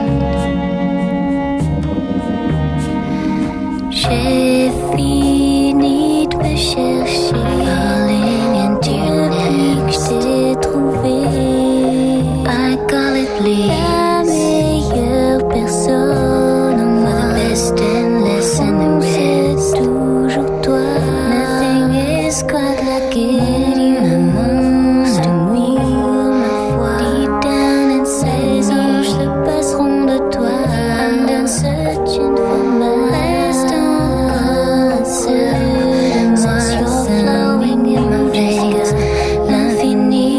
J'ai fini de me chercher, falling into depuis que je t'ai trouvé. I call it bliss. La meilleure personne au monde. The best and less and the best. Toujours toi. Nothing is quite like it. Un monstre d'amour, ma foi. Deep down inside, les anges se passeront de toi. I'm done searching for my last answer. Since you're flowing in my veins, l'infini.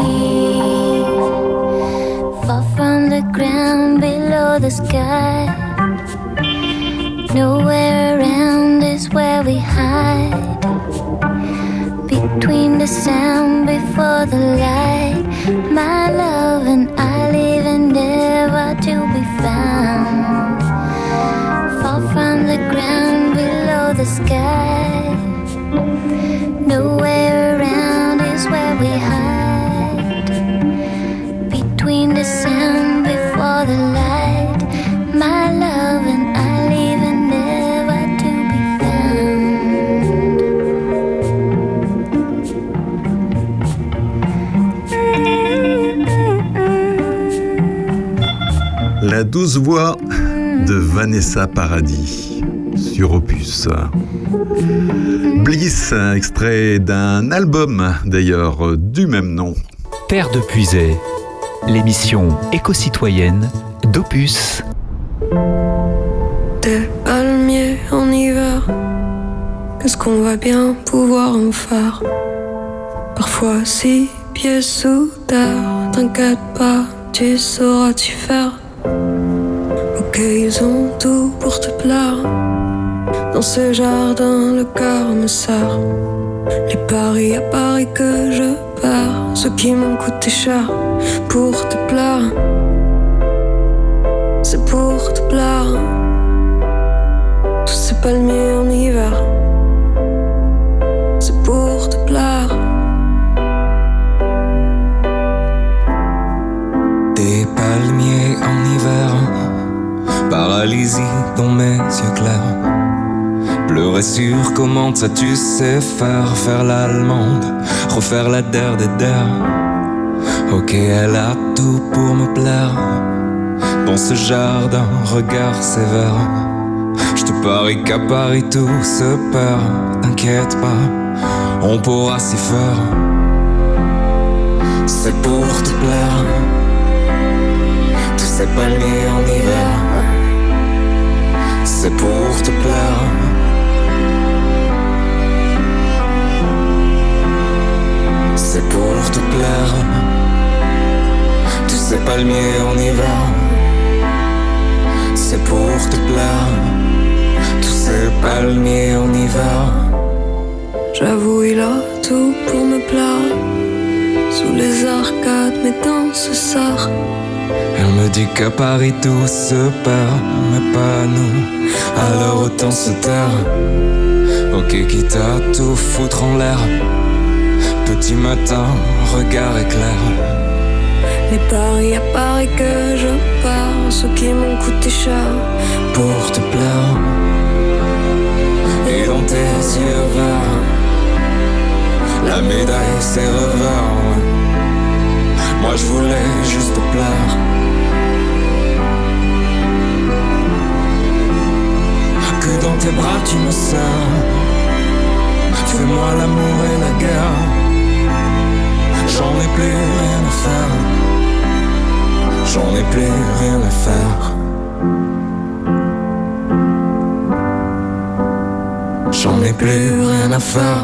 Far from the ground, below the sky. Nowhere around is where we hide. Between the sound before the light. My love and I live and never to be found. Far from the ground, below the sky. Nowhere around is where we hide. Between the sound before the light. My love and I live and never to be La douce voix de Vanessa Paradis sur Opus. Bliss, extrait d'un album d'ailleurs du même nom. Terre de Puisay, l'émission éco-citoyenne d'Opus. Des palmiers en hiver, qu'est-ce qu'on va bien pouvoir en faire? Parfois 6 pieds sous terre, t'inquiète pas, tu sauras t'y faire. Ok, ils ont tout pour te plaire. Dans ce jardin, le cœur me serre. Les paris à Paris que je perds, ceux qui m'ont coûté cher pour te plaire. C'est pour te plaire. Tous ces palmiers en hiver, c'est pour te plaire. Des palmiers en hiver, paralysie dans mes yeux clairs. Pleurer sur comment ça tu sais faire l'allemande, refaire la der des der. Ok, elle a tout pour me plaire. Dans ce jardin, regard sévère. Je te parie qu'à Paris tout se perd. T'inquiète pas, on pourra s'y faire. C'est pour te plaire. Tous ces palmiers en hiver, c'est pour te plaire. C'est pour te plaire. Tous ces palmiers en hiver, c'est pour te plaire. Tous ces palmiers en hiver. J'avoue, il a tout pour me plaire. Sous les arcades, mes danses s'arrêtent. Elle me dit qu'à Paris tout se perd, mais pas nous. Alors autant se taire. Ok, quitte à tout foutre en l'air. Petit matin, regard éclair. Les paris à Paris que je pars, ceux qui m'ont coûté cher pour te plaire. Et dans tes yeux verts, la médaille c'est revers. Moi je voulais juste te plaire. dans tes bras tu me serres. Fais-moi l'amour et la guerre. J'en ai plus rien à faire. J'en ai plus rien à faire. J'en ai plus rien à faire.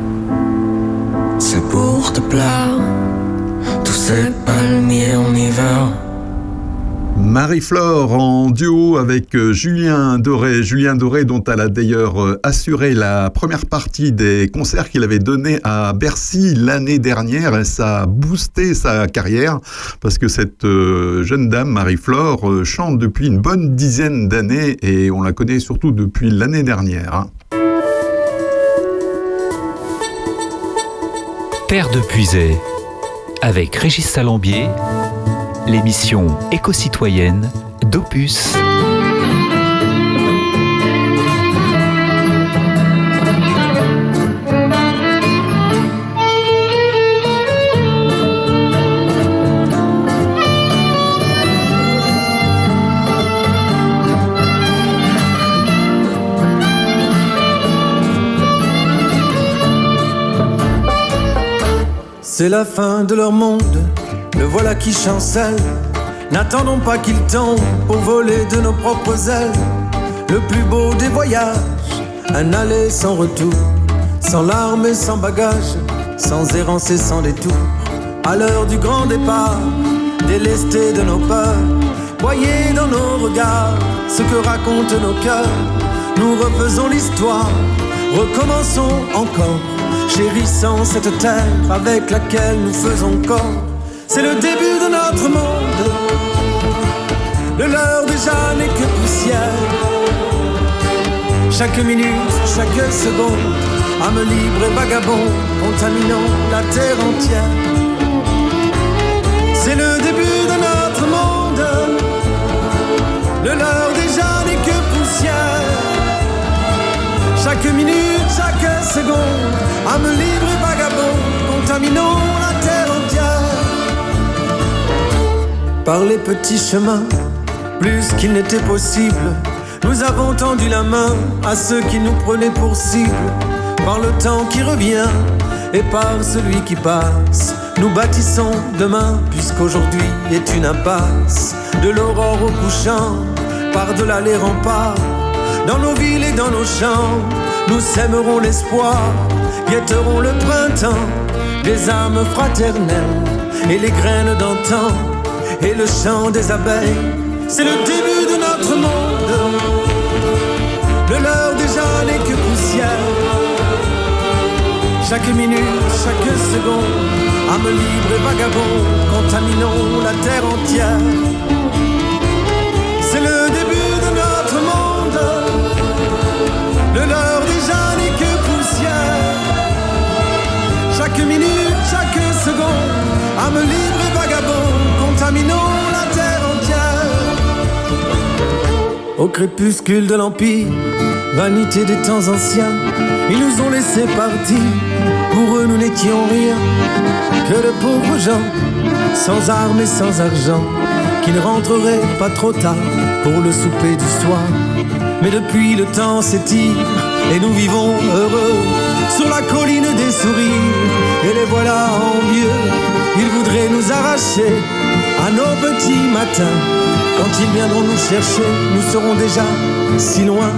C'est pour te plaire. Tous ces palmiers en hiver. Marie-Flore en duo avec Julien Doré. Julien Doré dont elle a d'ailleurs assuré la première partie des concerts qu'il avait donnés à Bercy l'année dernière. Et ça a boosté sa carrière parce que cette jeune dame, Marie-Flore, chante depuis une bonne dizaine d'années et on la connaît surtout depuis l'année dernière. Terre de Puisay, avec Régis Salambier, l'émission éco-citoyenne d'Opus. C'est la fin de leur monde, le voilà qui chancelle. N'attendons pas qu'il tombe pour voler de nos propres ailes. Le plus beau des voyages, un aller sans retour, sans larmes et sans bagages, sans errance et sans détour. À l'heure du grand départ, délestés de nos peurs, voyez dans nos regards ce que racontent nos cœurs. Nous refaisons l'histoire, recommençons encore, chérissant cette terre avec laquelle nous faisons corps. C'est le début de notre monde, le leur déjà n'est que poussière. Chaque minute, chaque seconde, âme libre et vagabond, contaminant la terre entière. C'est le début de notre monde, le leur déjà n'est que poussière. Chaque minute, chaque seconde, âme libre et vagabond, contaminant la terre entière. Par les petits chemins, plus qu'il n'était possible, nous avons tendu la main à ceux qui nous prenaient pour cible. Par le temps qui revient et par celui qui passe, nous bâtissons demain, puisqu'aujourd'hui est une impasse. De l'aurore au couchant, par-delà les remparts, dans nos villes et dans nos champs, nous sèmerons l'espoir, guetterons le printemps, des âmes fraternelles et les graines d'antan et le chant des abeilles. C'est le début de notre monde, le leur déjà n'est que poussière. Chaque minute, chaque seconde, âme libre et vagabond, contaminons la terre entière. C'est le début de notre monde, le leur déjà n'est que poussière. Chaque minute, chaque seconde, âme libre et vagabond, contaminons la terre entière. Au crépuscule de l'Empire, vanité des temps anciens, ils nous ont laissé partir. Pour eux nous n'étions rien que de pauvres gens, sans armes et sans argent, qui ne rentreraient pas trop tard pour le souper du soir. Mais depuis le temps s'étire et nous vivons heureux sur la colline des sourires. Et les voilà en mieux, ils voudraient nous arracher à nos petits matins. Quand ils viendront nous chercher, nous serons déjà si loin.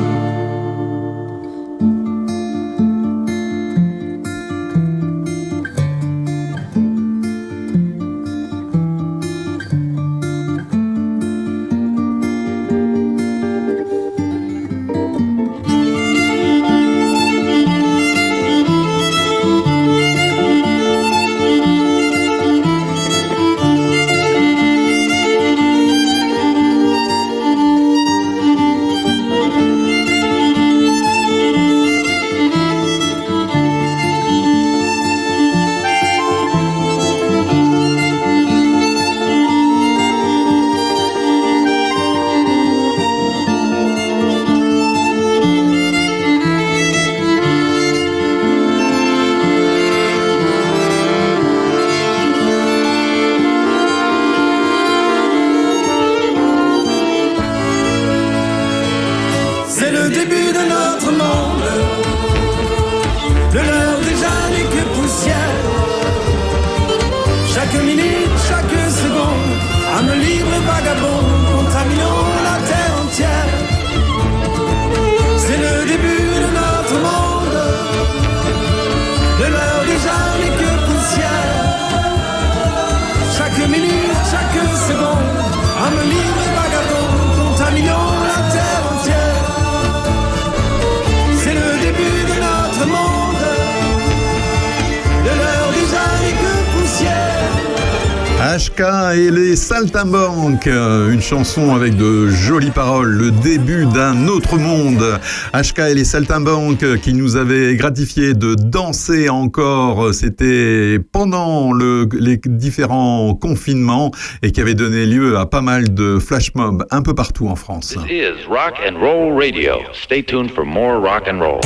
HK et les Saltimbanques, une chanson avec de jolies paroles, le début d'un autre monde. HK et les Saltimbanques qui nous avaient gratifié de danser encore, c'était pendant les différents confinements et qui avait donné lieu à pas mal de flash mobs un peu partout en France. This is Rock and Roll Radio. Stay tuned for more rock and roll.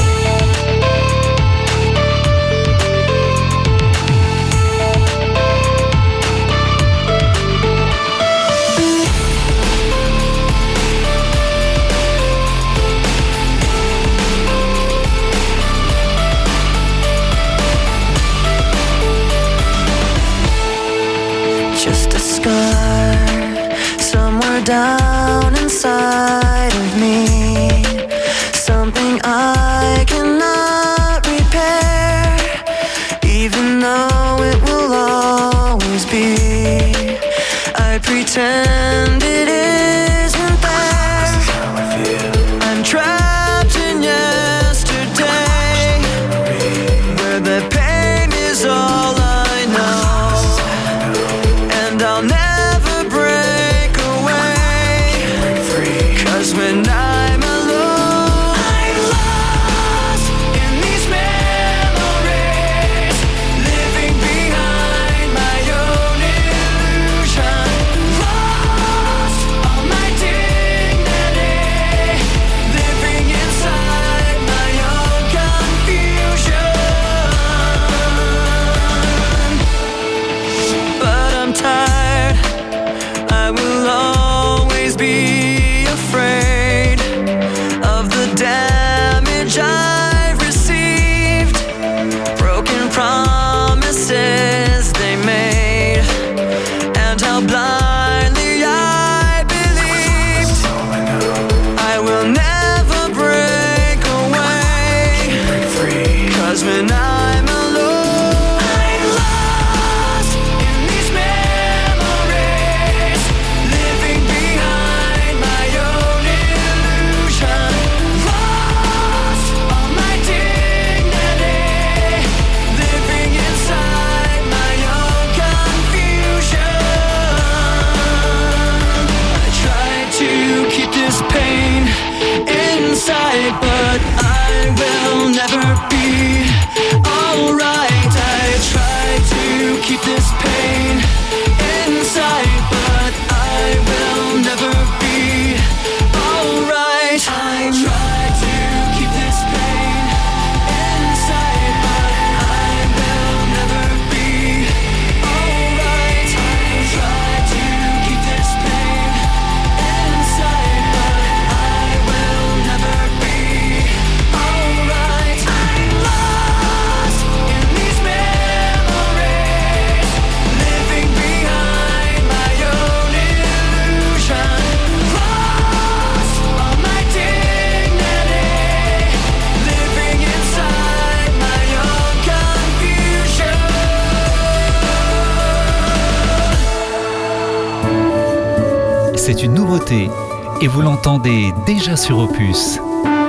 Just a scar somewhere down inside of me, something I cannot repair, even though it will always be. I pretend it isn't there. I'm trapped in yesterday, where the pain is all I know, and I'll never break away, 'cause when I'm alone, I'm lost in these memories, living behind my own illusion, lost all my dignity, living inside my own confusion. But I'm tired, I will always be afraid of the damage I've received, broken promises they made, and how blindly I believed. I will never break away, 'cause when I'm alone, I'm lost in these memories, living behind my own illusion, lost all my dignity, living inside my own confusion. I try to keep this pain inside, but I will never be alright. I try to keep this pain inside, but I will never be alright. I try to keep this pain inside, but I will never be alright. I try to keep this pain inside, but I will never be alright. I'm lost in these memories, living behind my own illusion, lost all my dignity, living inside my own confusion. C'est une nouveauté et vous l'entendez déjà sur Opus.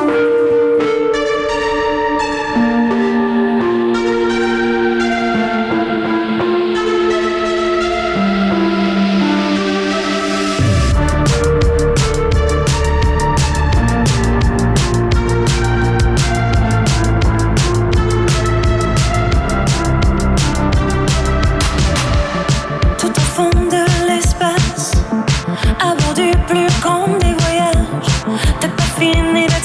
Tout au fond de l'espace, à bord du plus grand des voyages, t'as pas fini de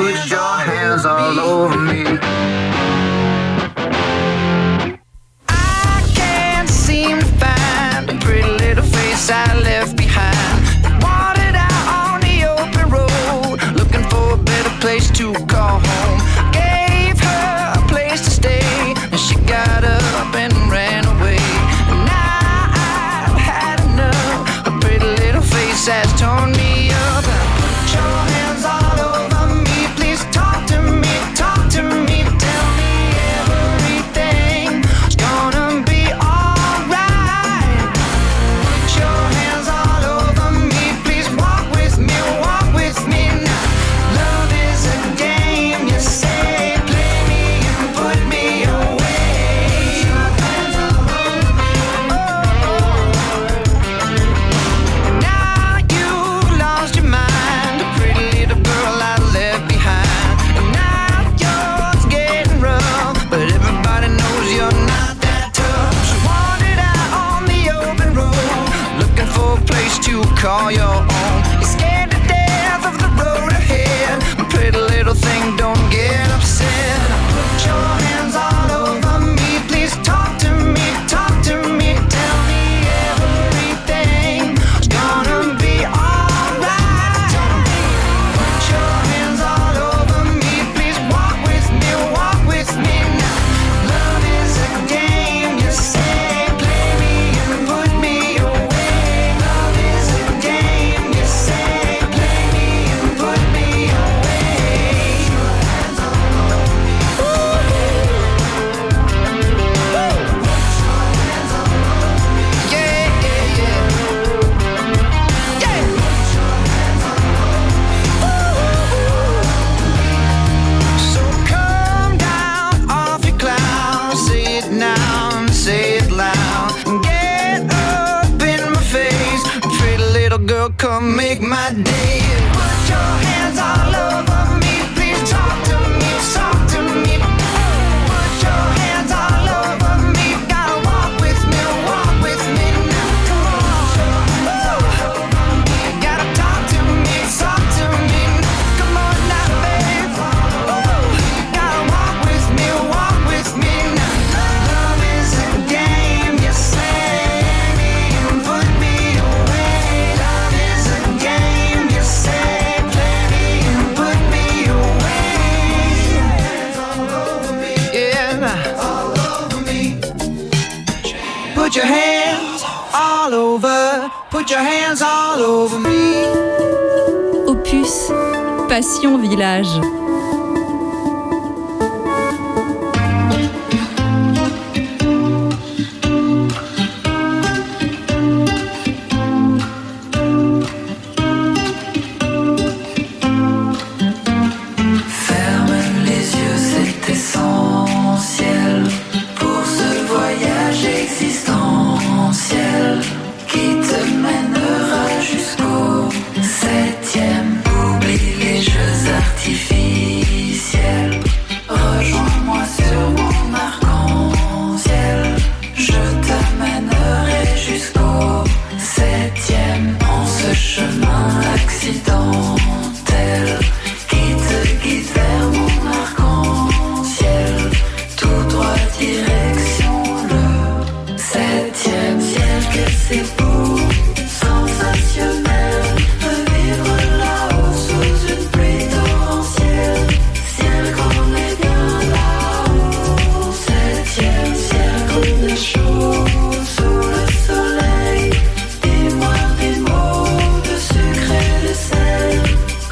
put your hands all over me. I can't seem to find a pretty little face I left behind. Wandered out on the open road, looking for a better place to call home. Gave her a place to stay, and she got up and ran away. And now I've had enough. A pretty little face has torn me up. Put your hands all over me, please talk to me, tell me everything's gonna be alright. Put your hands all over me, please walk with me now. Love is a game, you say, play me and put me away. Now you've lost your mind, a pretty little girl I left behind. And now yours getting rough, but everybody knows you're not that tough. So wandered out on the open road, looking for a place to call your own. You're scared to death of the road ahead. Pretty little thing, don't get upset. Put your hands all over me, please talk to me, tell me everything's gonna be alright. Put your hands all over me, please walk with me now. Love is a game, you say, play me and put me away. Love is a game, you say, play me and put me away. Yeah, yeah, yeah. Yeah. So come down off your cloud, say it now and say it loud. Get up in my face, pretty little girl, come make my day. Put your hands all over me, please talk to me. Put your hands all over me, gotta walk with me now. Come on, gotta talk to me. Come on now, babe. Gotta walk with me now. Love is a game, you say, and put me away. Love is a game, you say, play me and put me away. Yeah, all over me. Put your hands all over. Put your hands all over me. Opus, Passion Village. Ferme les yeux, c'est essentiel pour ce voyage existentiel qui te mènera jusqu'au 7e. Oublie les jeux artificiels, rejoins-moi sur mon arc-en-ciel. Je t'amènerai jusqu'au 7e en ce chemin accidentel qui te guide vers mon arc-en-ciel. Tout droit direction le 7e ciel. Que c'est beau, sensationnel, revivre là-haut sous une pluie torrentielle. Ciel qu'on est bien là-haut, 7e ciel qu'on est chaud sous le soleil. Dis-moi des mots de sucre et de sel.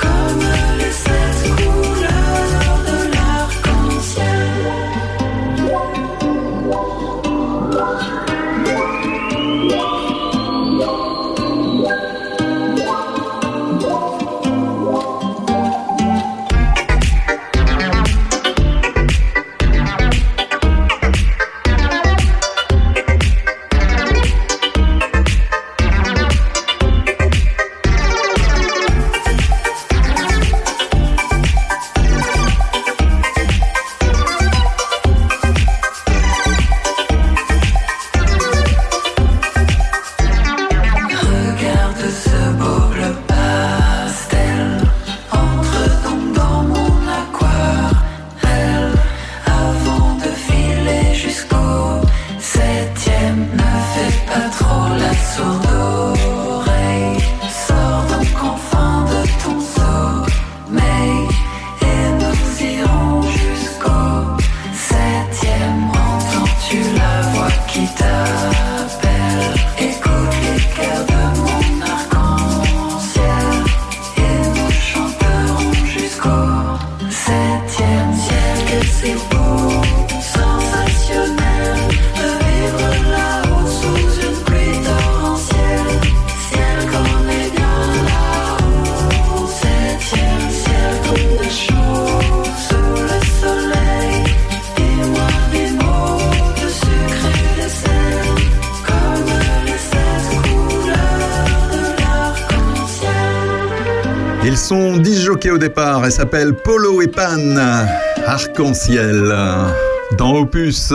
Ils sont 10 jockeys au départ et s'appellent Polo et Pan. Arc-en-ciel dans Opus.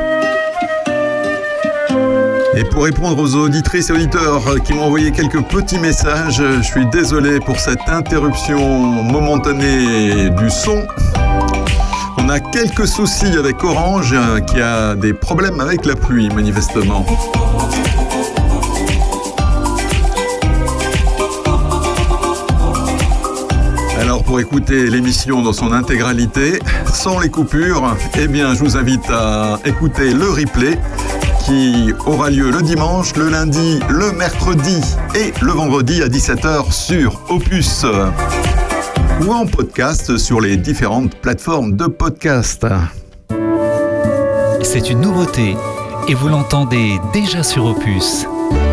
Et pour répondre aux auditrices et auditeurs qui m'ont envoyé quelques petits messages, je suis désolé pour cette interruption momentanée du son. On a quelques soucis avec Orange qui a des problèmes avec la pluie manifestement. Alors pour écouter l'émission dans son intégralité, sans les coupures, eh bien je vous invite à écouter le replay qui aura lieu le dimanche, le lundi, le mercredi et le vendredi à 17h sur Opus ou en podcast sur les différentes plateformes de podcast. C'est une nouveauté et vous l'entendez déjà sur Opus.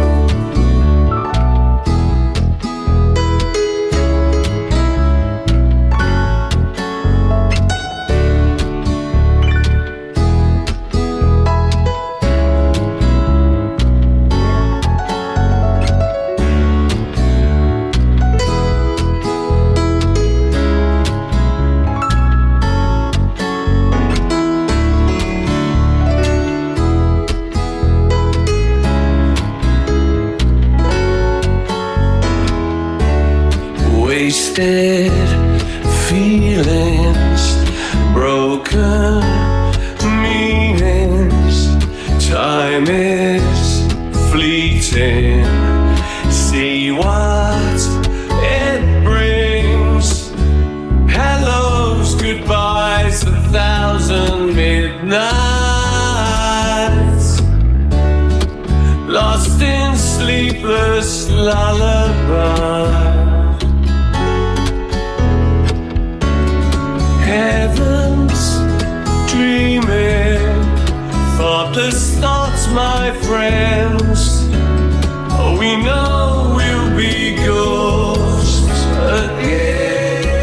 Wasted feelings, broken meanings. Time is fleeting. See what it brings. Hellos, goodbyes, 1,000 midnights. Lost in sleepless lullaby. Heavens dreaming, thoughtless thoughts, my friends. Oh, we know we'll be ghosts again.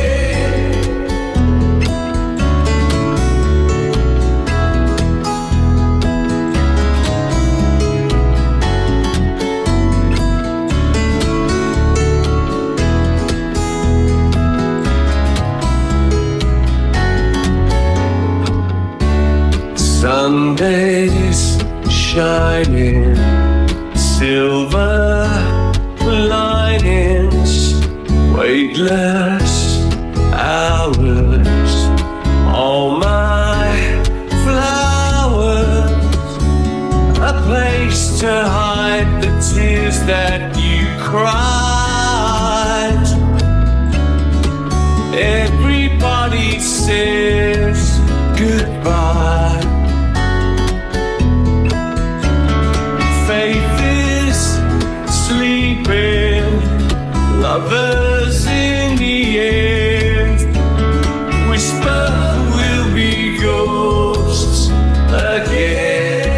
Sundays shining, silver linings, weightless hours, all my flowers, a place to hide the tears that you cried. Everybody says goodbye. Faith is sleeping, lovers in the end. Whisper we'll be ghosts again.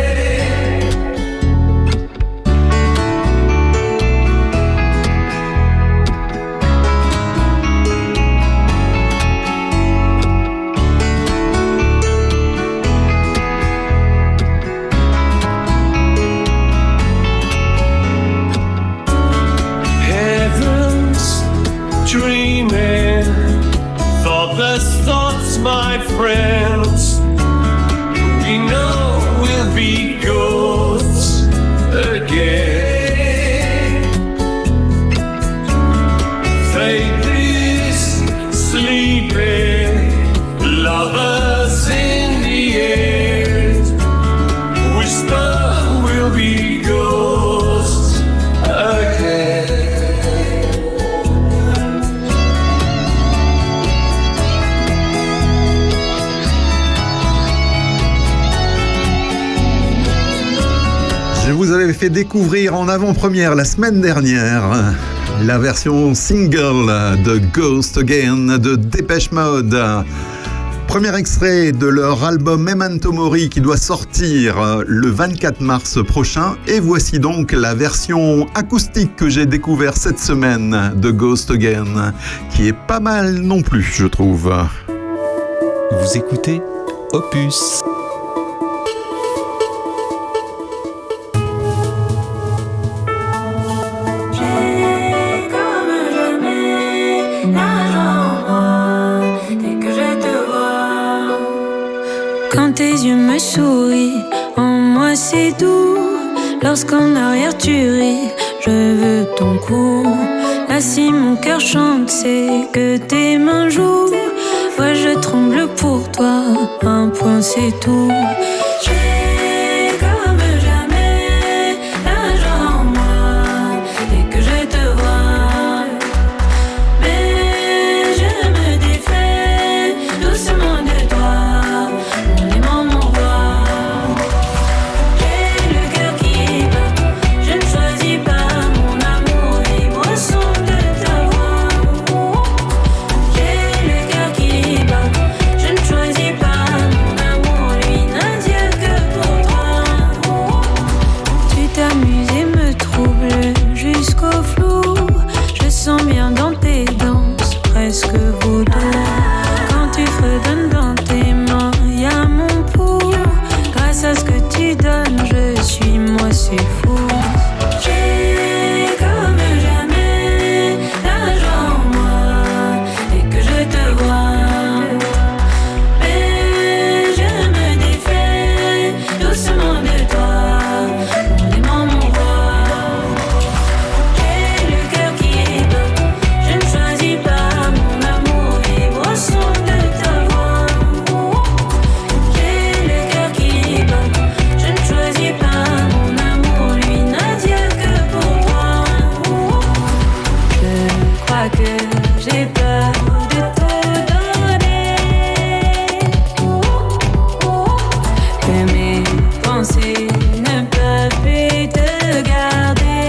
Dreaming, thoughtless thoughts, my friends. We know we'll be ghosts again. Faith is sleeping, lovers in the end. Whisper we'll be ghosts again. Je vous avais fait découvrir en avant-première la semaine dernière la version single de Ghost Again de Dépêche Mode. Premier extrait de leur album Memento Mori qui doit sortir le 24 mars prochain. Et voici donc la version acoustique que j'ai découvert cette semaine de Ghost Again, qui est pas mal non plus, je trouve. Vous écoutez Opus. J'ai comme jamais tes yeux me sourient, en moi c'est doux. Lorsqu'en arrière tu ris, je veux ton cou. Là si mon cœur chante, c'est que tes mains jouent. Ouais, je tremble pour toi, un point c'est tout. J'ai comme jamais la joie en moi dès que je te vois. Mais je me défais doucement de toi, mon aimant, mon roi. J'ai le cœur qui bat, je ne choisis pas mon amour, libre au son de ta voix. J'ai le cœur qui bat, je ne choisis pas mon amour, lui n'a Dieu que pour toi. Tu t'amuses et me troubles jusqu'au flou. Je sens bien dans tes danses, presque vaudou. Quand tu fredonnes dans tes mains, y'a mon pouls. Grâce à ce que tu donnes, je suis moi, c'est fou. J'ai comme jamais la joie en moi dès que je te vois. Mais je me défais doucement de toi, mon aimant, mon roi. J'ai le cœur qui bat, je ne choisis pas mon amour, libre au son de ta voix. J'ai le cœur qui bat, je ne choisis pas mon amour, lui n'a Dieu que pour toi. Je crois que j'ai peur de te donner, que mes pensées ne peuvent plus te garder.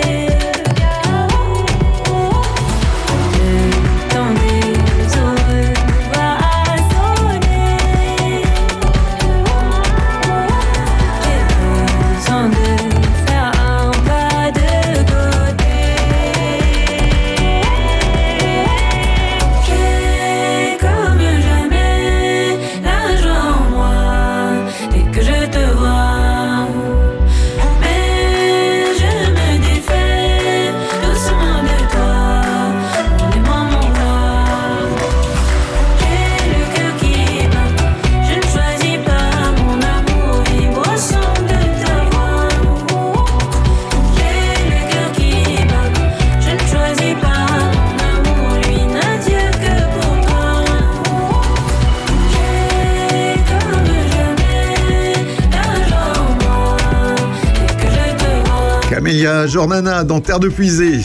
Le temps des au revoir a sonné. J'ai besoin de faire un pas de côté. J'ai comme jamais la joie en moi dès que je te vois. Mais je me défais doucement de toi, mon aimant, mon roi. J'ai le cœur qui bat, je ne choisis pas mon amour, libre au son de ta voix. J'ai le cœur qui bat, je ne choisis pas mon amour, lui n'a Dieu que pour toi. J'ai comme jamais la joie en moi dès que je te vois. Camélia Jordana dans Terre de Puisée.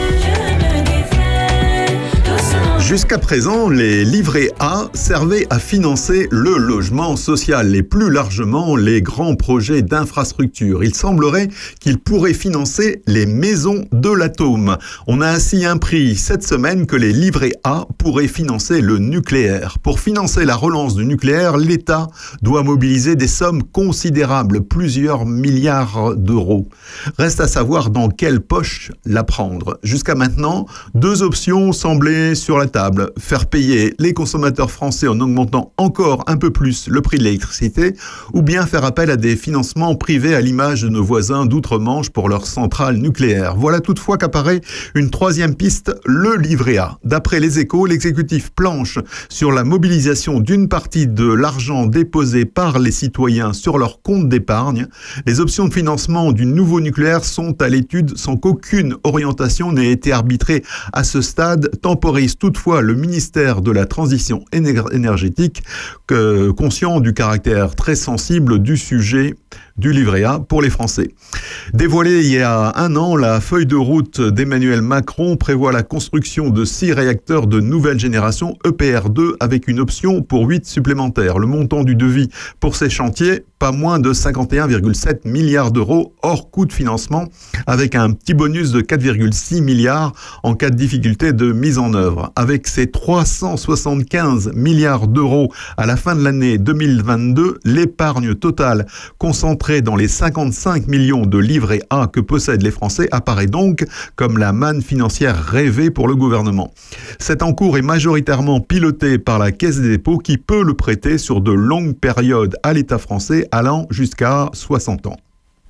Jusqu'à présent, les livrets A servaient à financer le logement social et plus largement les grands projets d'infrastructure. Il semblerait qu'ils pourraient financer les maisons de l'atome. On a ainsi appris cette semaine que les livrets A pourraient financer le nucléaire. Pour financer la relance du nucléaire, l'État doit mobiliser des sommes considérables, plusieurs milliards d'euros. Reste à savoir dans quelle poche la prendre. Jusqu'à maintenant, deux options semblaient sur la table. Faire payer les consommateurs français en augmentant encore un peu plus le prix de l'électricité, ou bien faire appel à des financements privés à l'image de nos voisins d'outre-Manche pour leurs centrales nucléaires. Voilà toutefois qu'apparaît une troisième piste, le livret A. D'après les Échos, l'exécutif planche sur la mobilisation d'une partie de l'argent déposé par les citoyens sur leur compte d'épargne. Les options de financement du nouveau nucléaire sont à l'étude sans qu'aucune orientation n'ait été arbitrée à ce stade, temporise toutefois le ministère de la Transition énergétique, conscient du caractère très sensible du sujet du livret A pour les Français. Dévoilée il y a un an, la feuille de route d'Emmanuel Macron prévoit la construction de 6 réacteurs de nouvelle génération EPR2 avec une option pour 8 supplémentaires. Le montant du devis pour ces chantiers, pas moins de 51,7 milliards d'euros hors coût de financement, avec un petit bonus de 4,6 milliards en cas de difficulté de mise en œuvre. Avec ces 375 milliards d'euros à la fin de l'année 2022, l'épargne totale concentrée dans les 55 millions de livrets A que possèdent les Français apparaît donc comme la manne financière rêvée pour le gouvernement. Cet encours est majoritairement piloté par la Caisse des dépôts qui peut le prêter sur de longues périodes à l'État français allant jusqu'à 60 ans.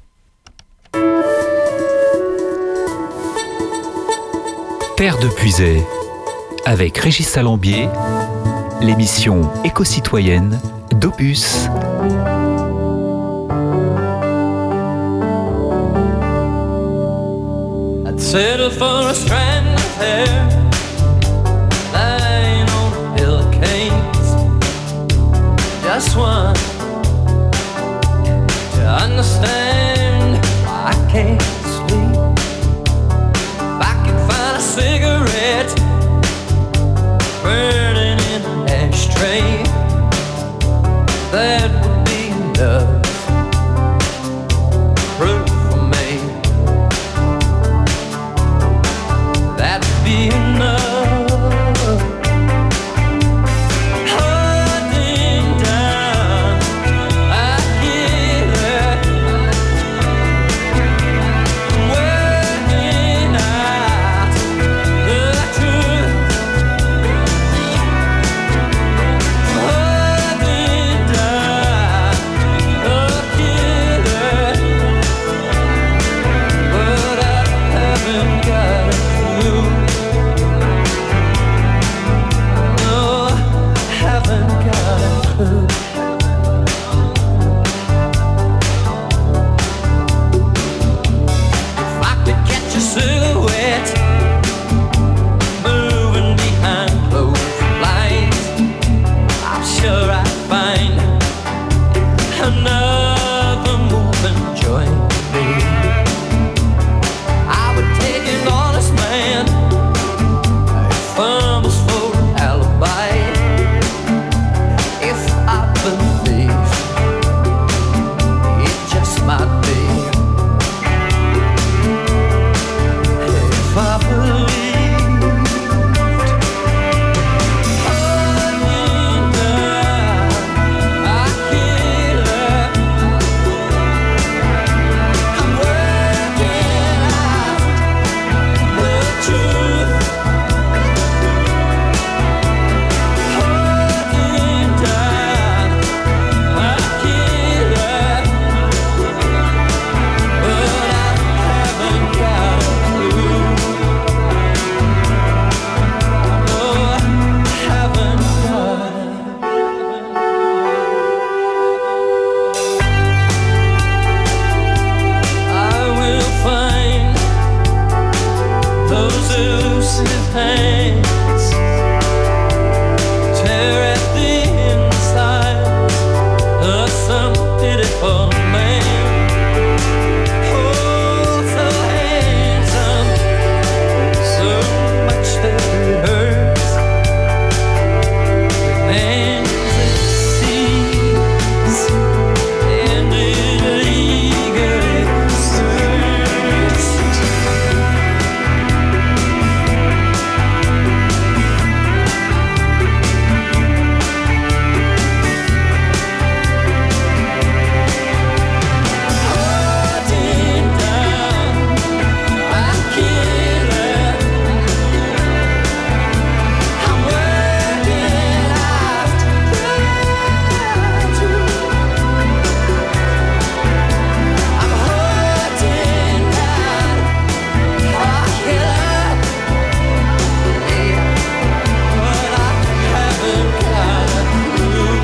Terre de Puisée, avec Régis Salambier, l'émission éco-citoyenne d'Opus. settle for a strand of hair lying on pillowcases. Just one to understand why I can't sleep. If I could find a cigarette burning in an ashtray, that would be enough proof for me. That would be enough. Holding down, I hear it. Working out the truth. Holding down a killer, but I haven't got a clue. No, I haven't got a clue. If I could catch a silhouette moving behind closed blinds, I'm sure I'd find another moving joint me. I would take an honest man who fumbles for an alibi if I believe it just might be. If I believed, holding down, I kill her. I'm working out the truth. Holding down, I kill her, but I haven't got a clue. No, I haven't got a I will find those elusive hands, tear at the insides of some pitiful man. Oh, so handsome, so much that it hurts. Hands that sees and it eagerly searches. Holding down, I kill her. I'm working out the truth. I'm holding down, I kill her. But I haven't got a clue.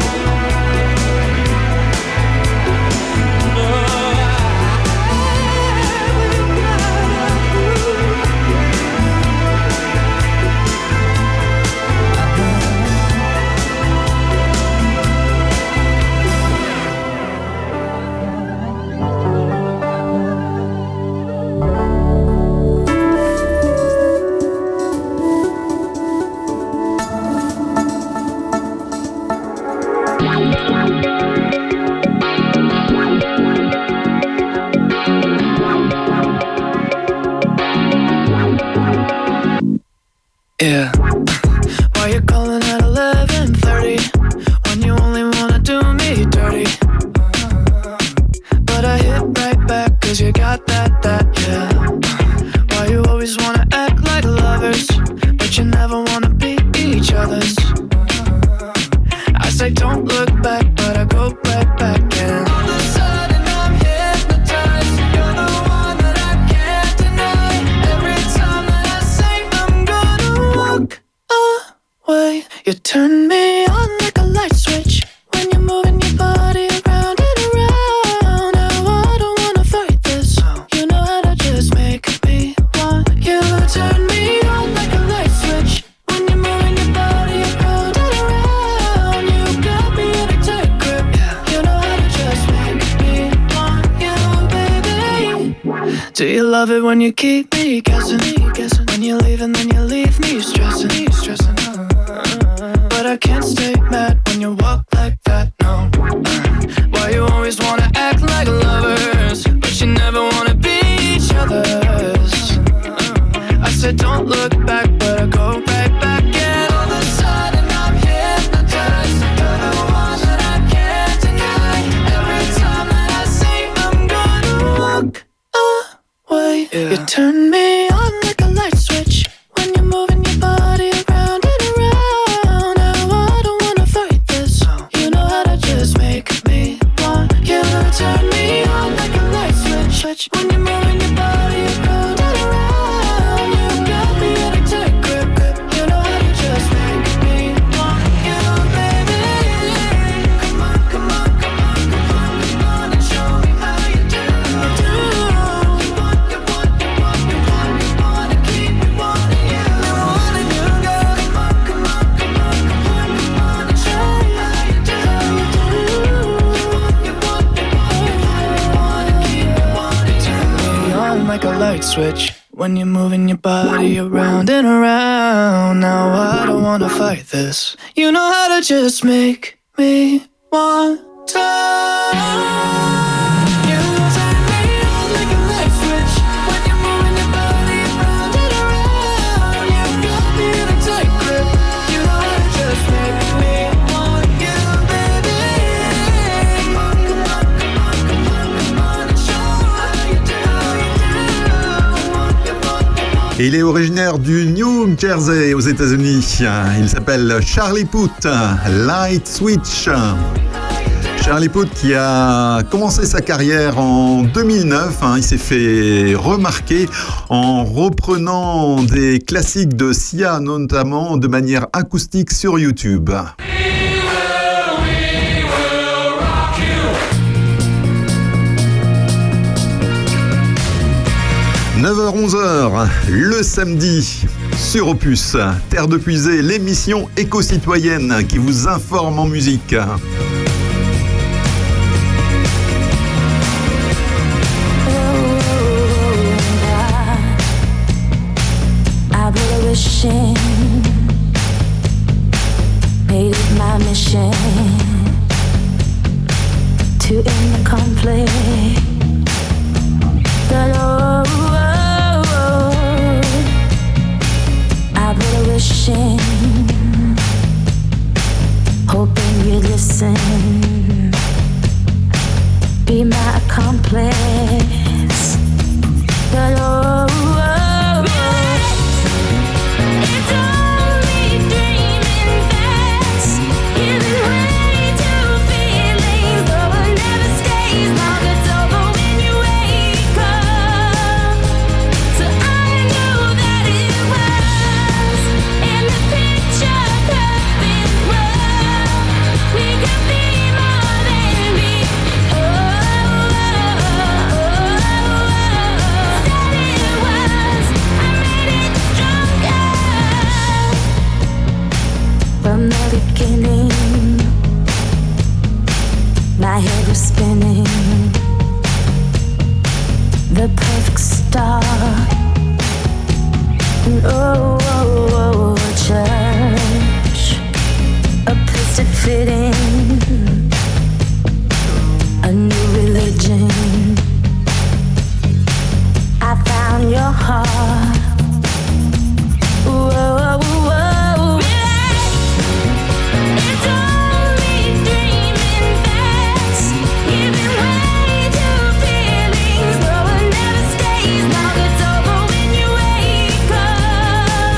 No, I haven't got a clue. Yeah. Why you calling at 11:30 when you only wanna do me dirty? But I hit right back 'cause you got that, yeah. Why you always wanna act like lovers, but you never wanna be each other's? I say don't look back, but I go right back and all of a sudden I'm hypnotized. You're the one that I can't deny. Every time that I say I'm gonna walk away, you turn me on like a light switch when you're moving your body around and around. Now I don't wanna fight this. You know how to just make me want love it when you keep me guessing. When you leave and then you leave me stressing. But I can't stay mad when you walk like that, no. Why you always wanna act like lovers, but you never wanna be each other's. I said don't look back, but I go right back. And all of a sudden I'm hypnotized. You're the one that I can't deny. Every time that I say I'm gonna walk away, you turn me on like a light switch. When you're moving your body around and around. Now I don't wanna fight this. You know how to just make me want you. Turn me on like a light switch. When you're moving your body around and around. You got me in a tight grip. You know how to just make me want you, baby. Come on, come on, come on, come on, come on, and show me how you do. You want, you want, you want, you want, you want to keep me wanting you. Wanting you, girl. Come on, come on, come on, come on, come on, and show me how you do. You want, you want, you want, you want, you want to keep me wanting you. Turn me on like a light switch. When you're moving your body around and around. Now I don't wanna fight this. You know how to just make me want to. You turn me on like a light switch. When you're moving your body around and around. You got me in a tight grip. You know how to just make me want you, baby. Come on, come on, come on, come on, come on, and show me how you do. Il est originaire du New Jersey aux États-Unis. Il s'appelle Charlie Puth, Light Switch. Charlie Puth qui a commencé sa carrière en 2009. Il s'est fait remarquer en reprenant des classiques de Sia, notamment de manière acoustique sur YouTube. 9h-11h, le samedi, sur Opus, Terre de Puisée, l'émission éco-citoyenne qui vous informe en musique. Made it my mission to end the conflict. But I put a wish in, hoping you'd listen, be my accomplice. But it's only dreaming fast, giving way to feelings, though it never stays long. It's over when you wake up. So I knew that it was in the picture perfect world. We could be more than we. Said it was. I made it stronger. From the beginning, my head was spinning. The perfect star. And oh, church, a place to fit in, a new religion. I found your heart. Whoa, whoa. It's only dreaming fast, giving way to feelings, though it never stays long. It's over when you wake up.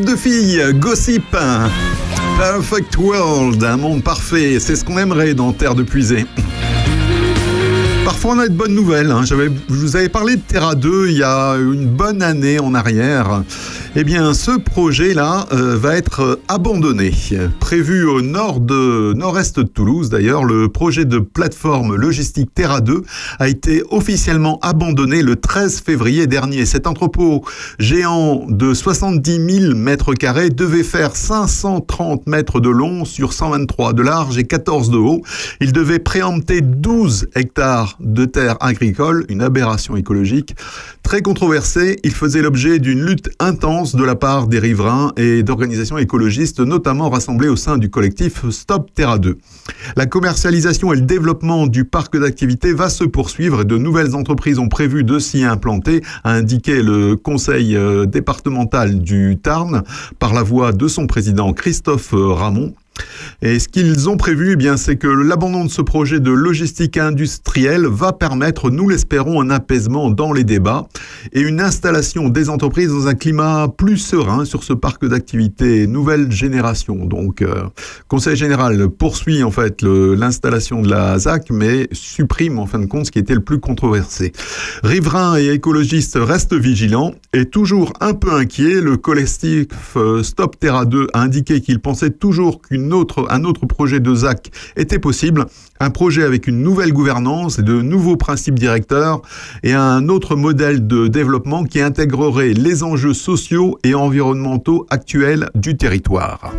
de filles, Gossip, Perfect World, un monde parfait, c'est ce qu'on aimerait dans Terre de Puisée. Parfois on a de bonnes nouvelles, hein. Je vous avais parlé de Terra 2 il y a une bonne année en arrière. Eh bien ce projet-là va être abandonné. Prévu au nord-est de Toulouse d'ailleurs, le projet de plateforme logistique Terra 2 a été officiellement abandonné le 13 février dernier. Cet entrepôt géant de 70 000 mètres carrés devait faire 530 mètres de long sur 123 de large et 14 de haut. Il devait préempter 12 hectares de terres agricoles, une aberration écologique. Très controversé, il faisait l'objet d'une lutte intense de la part des riverains et d'organisations écologistes, notamment rassemblées au sein du collectif Stop Terra 2. La commercialisation et le développement du parc d'activités va se poursuivre et de nouvelles entreprises ont prévu de s'y implanter, a indiqué le conseil départemental du Tarn par la voix de son président Christophe Ramon. Et ce qu'ils ont prévu, eh bien, c'est que l'abandon de ce projet de logistique industrielle va permettre, nous l'espérons, un apaisement dans les débats et une installation des entreprises dans un climat plus serein sur ce parc d'activités nouvelle génération. Donc, Conseil général poursuit en fait l'installation de la ZAC, mais supprime en fin de compte ce qui était le plus controversé. Riverains et écologistes restent vigilants et toujours un peu inquiets. Le collectif Stop Terra 2 a indiqué qu'il pensait toujours un autre projet de ZAC était possible, un projet avec une nouvelle gouvernance et de nouveaux principes directeurs et un autre modèle de développement qui intégrerait les enjeux sociaux et environnementaux actuels du territoire.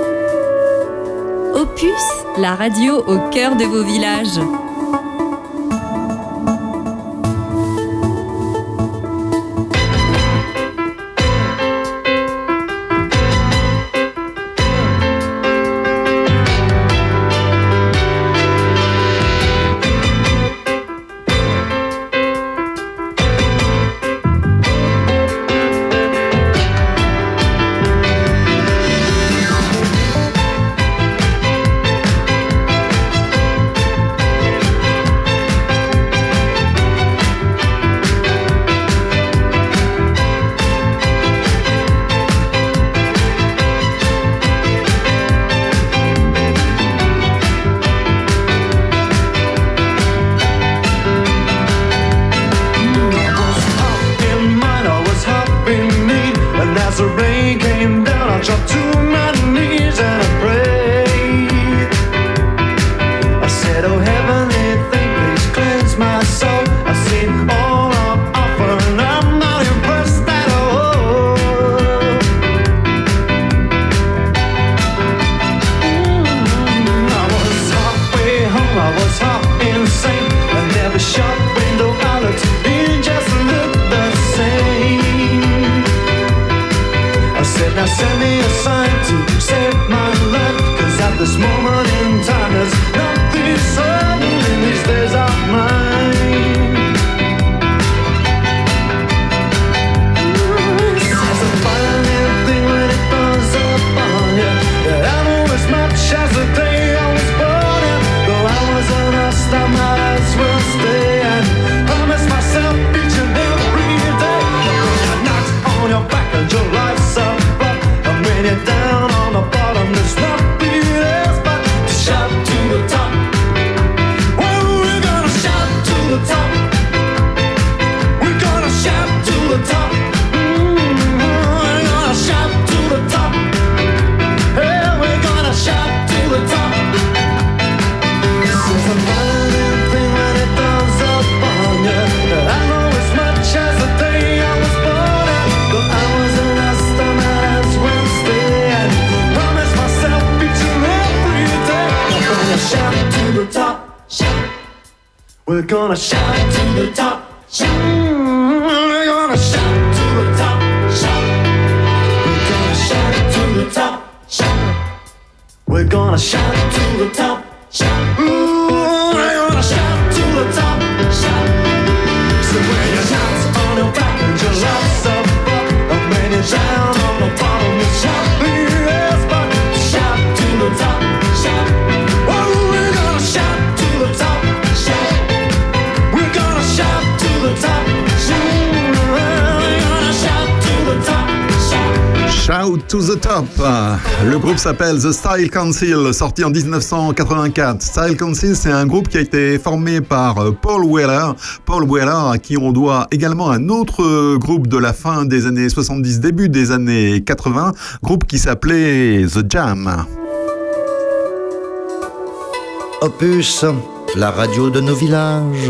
Opus, la radio au cœur de vos villages. We're gonna shout to the top. Shout. We're gonna shout to the top. Shout. We're gonna shout to the top. Shout. We're gonna shout to the top. Shout. We're gonna shout to the top. Shout. So when your shots on your back and your lots up, and when you're down on the bottom, you shout. Yes, but shout to the top. Shout. Oh, we're gonna shout to the top. Shout. We're gonna shout to the top. to the Top. Le groupe s'appelle The Style Council, sorti en 1984. Style Council, c'est un groupe qui a été formé par Paul Weller. Paul Weller, à qui on doit également un autre groupe de la fin des années 70, début des années 80, groupe qui s'appelait The Jam. Opus, la radio de nos villages.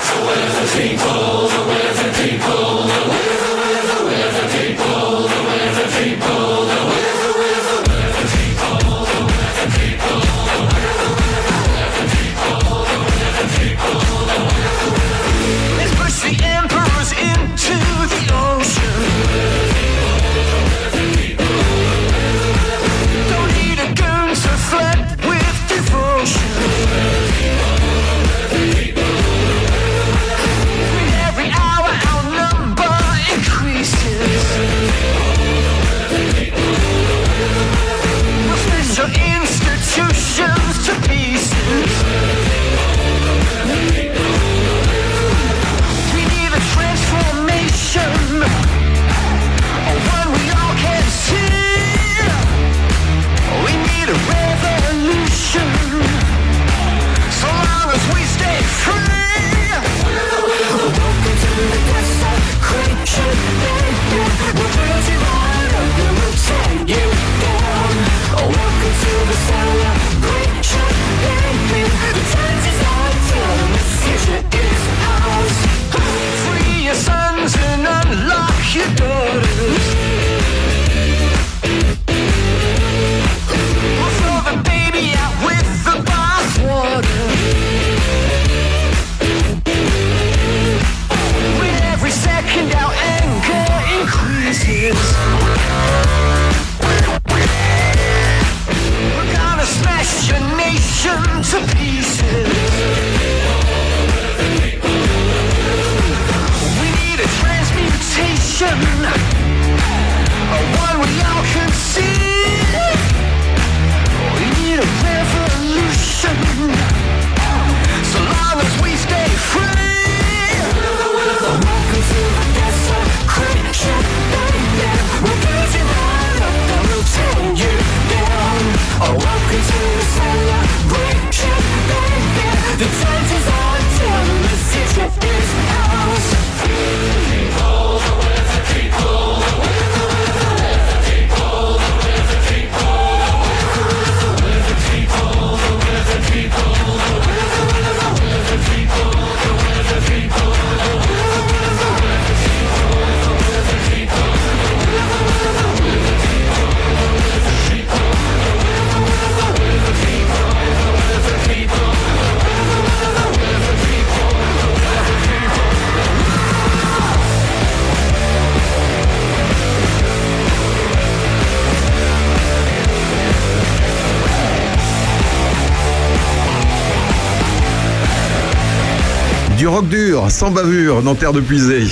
Du rock dur, sans bavure, dans Terre de Puisée.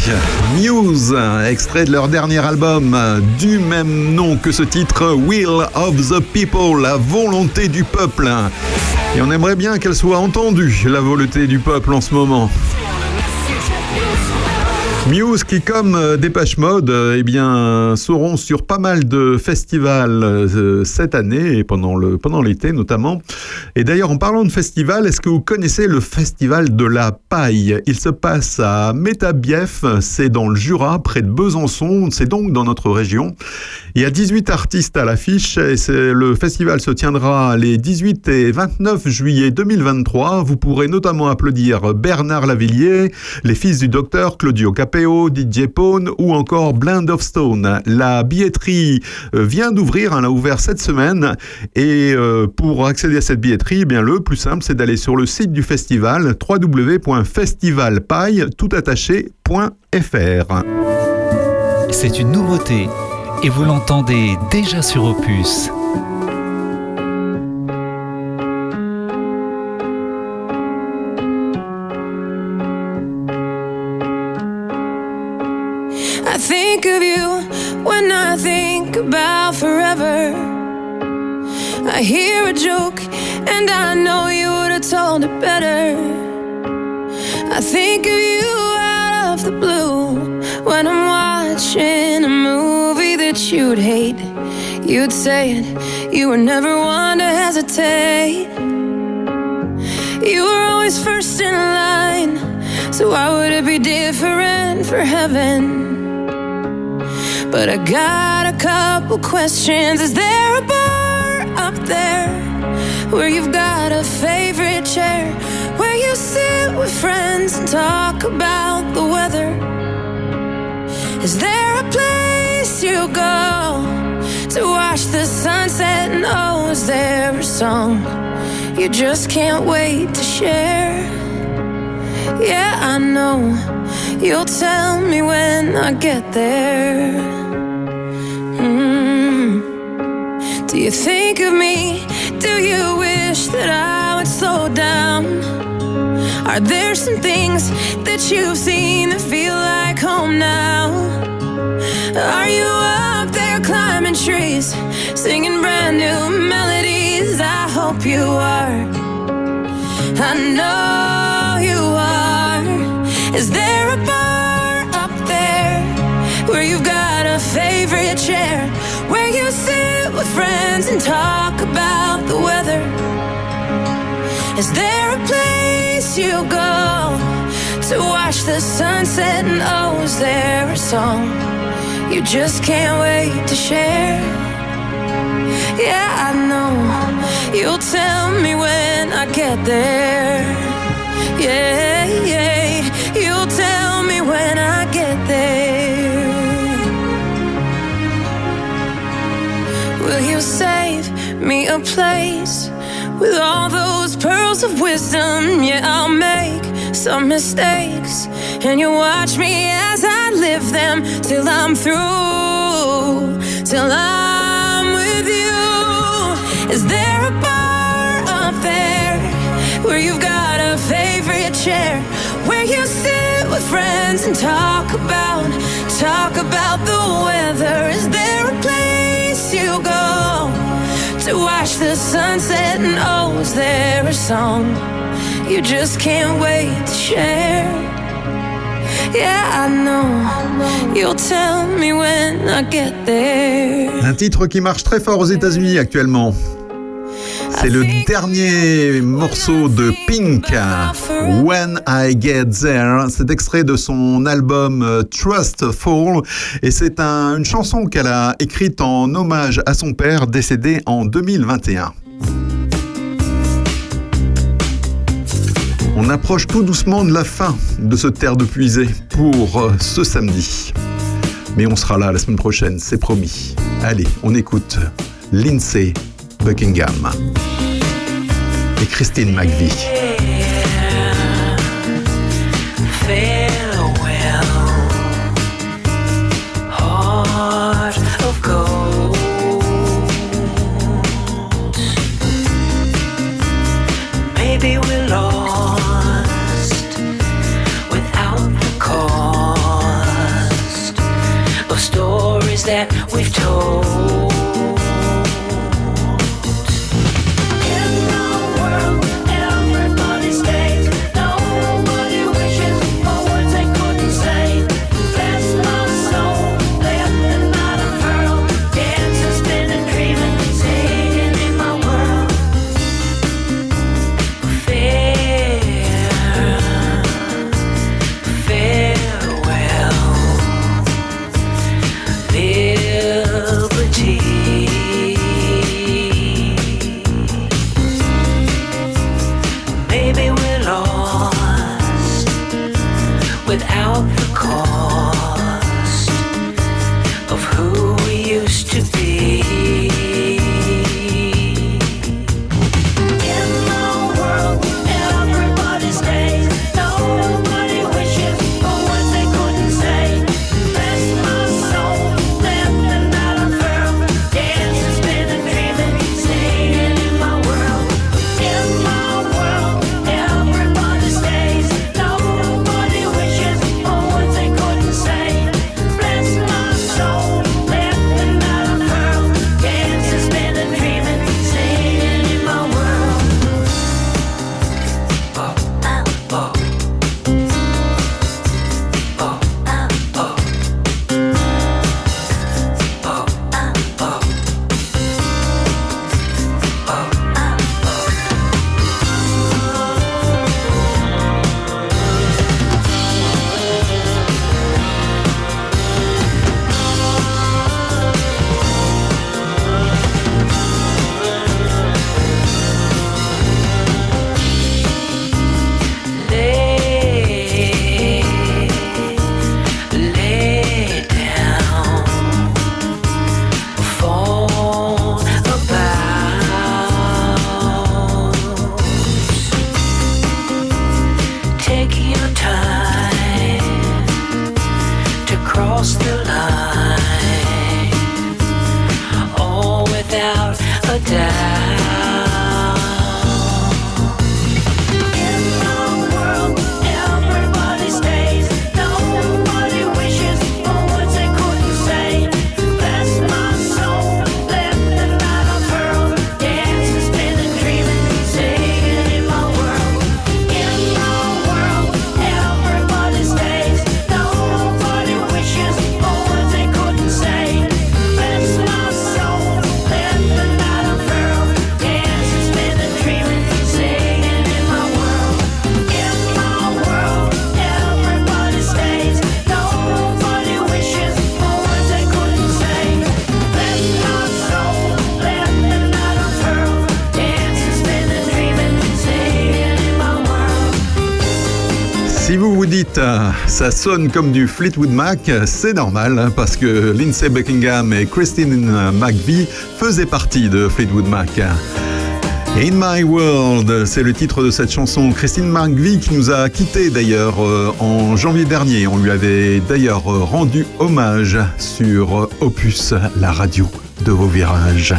Muse, extrait de leur dernier album, du même nom que ce titre, Will of the People, la volonté du peuple. Et on aimerait bien qu'elle soit entendue, la volonté du peuple en ce moment. Muse qui, comme Depeche Mode, eh bien, seront sur pas mal de festivals cette année et pendant l'été notamment. Et d'ailleurs, en parlant de festival, est-ce que vous connaissez le festival de la paille ? Il se passe à Métabief, c'est dans le Jura, près de Besançon, c'est donc dans notre région. Il y a 18 artistes à l'affiche et le festival se tiendra les 18 et 29 juillet 2023. Vous pourrez notamment applaudir Bernard Lavillier, les Fils du Docteur, Claudio Capéo, DJ Pone ou encore Blind of Stone. La billetterie vient d'ouvrir, elle a ouvert cette semaine et pour accéder à cette billetterie, eh bien, le plus simple c'est d'aller sur le site du festival www.festivalpaille.fr. C'est une nouveauté et vous l'entendez déjà sur Opus. I think of you when I think about forever. I hear a joke and I know you would have told it better. I think of you out of the blue when I'm watching a movie that you'd hate. you'd say it. You were never one to hesitate. You were always first in line. So why would it be different for heaven? But I got a couple questions. Is there a bar up there where you've got a favorite chair, where you sit with friends and talk about the weather? Is there a place you go to watch the sunset? And oh, is there a song you just can't wait to share? Yeah, I know you'll tell me when I get there. Do you think of me? Do you wish that I would slow down? Are there some things that you've seen that feel like home now? Are you up there climbing trees, singing brand new melodies? I hope you are. I know you are. Is there a bar up there where you've got a favorite chair, where you sit with friends and talk about the weather? Is there a place you go to watch the sunset? And oh, is there a song you just can't wait to share? Yeah, I know you'll tell me when I get there. Yeah, yeah, you'll tell me when I get there. Will you save me a place with all those pearls of wisdom? Yeah, I'll make some mistakes, and you watch me as I live them till I'm through, till I'm with you. Is there a bar up there where you've got a favorite chair, where you sit with friends and talk about the weather? Is there a place you go to watch the sunset? And oh, is there a song you just can't wait to share? Yeah, I know you'll tell me when I get there. Un titre qui marche très fort aux États-Unis actuellement. C'est le dernier morceau de Pink, When I Get There. C'est extrait de son album Trustful et c'est une chanson qu'elle a écrite en hommage à son père décédé en 2021. On approche tout doucement de la fin de ce Terre de Puisée pour ce samedi. Mais on sera là la semaine prochaine, c'est promis. Allez, on écoute Lindsey Buckingham et Christine McVie. Farewell, heart of gold. Maybe we're lost without the cost of stories that we've told. Farewell, cross the line. Oh, without a doubt. In our world, everybody stays. Nobody wishes for words they couldn't say. Bless my soul, let the light of pearl dance and spin and dreaming, singing in my world. In our world, everybody stays. Nobody wishes for words they couldn't say. Bless my soul, let the light of pearl dance and spin and dreaming, singing in my world. In my world, everybody stays. Nobody wishes for words they couldn't say. Bless my soul, let the light of pearl dance and spin and dreaming, singing in my world. Si vous vous dites ça sonne comme du Fleetwood Mac, c'est normal hein, parce que Lindsey Buckingham et Christine McVie faisaient partie de Fleetwood Mac. In My World, c'est le titre de cette chanson. Christine McVie qui nous a quittés d'ailleurs en janvier dernier. On lui avait d'ailleurs rendu hommage sur Opus, la radio de vos virages.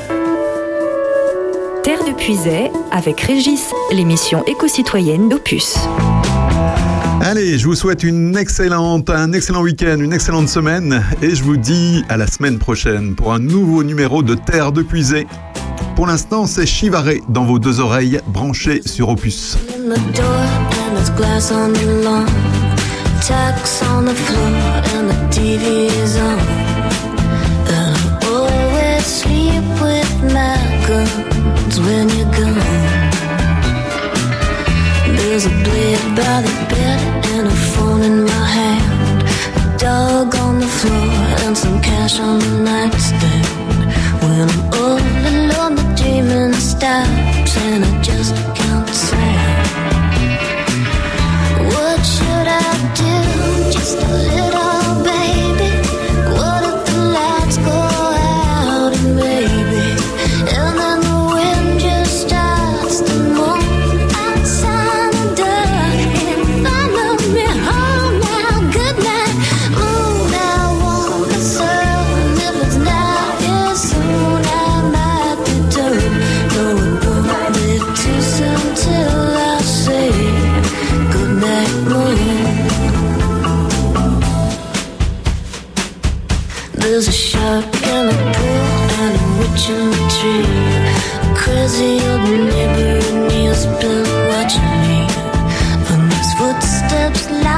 Terre de Puisay avec Régis, l'émission éco-citoyenne d'Opus. Allez, je vous souhaite un excellent week-end, une excellente semaine et je vous dis à la semaine prochaine pour un nouveau numéro de Terre de Puisay. Pour l'instant, c'est Chivaré dans vos deux oreilles branchées sur Opus. In the door and there's glass on the lawn, tacks on the floor and the TV is on. And I always sleep with my guns when you're gone. There's a blade by the bed and a phone in my hand, a dog on the floor and some cash on the nightstand. When I'm all alone, the dreaming stops and I just can't stand. What should I do? Just a little baby. What if the lights go out and maybe, and then the wind just starts to moan outside the door in front of me. Oh, now good night. Moon, I want the sun. If it's not here soon, I might be done. No, it won't be too soon till I say good night, moon. There's a shark in the pool and a witch in the tree. A crazy old neighbor and he's been watching me. And his footsteps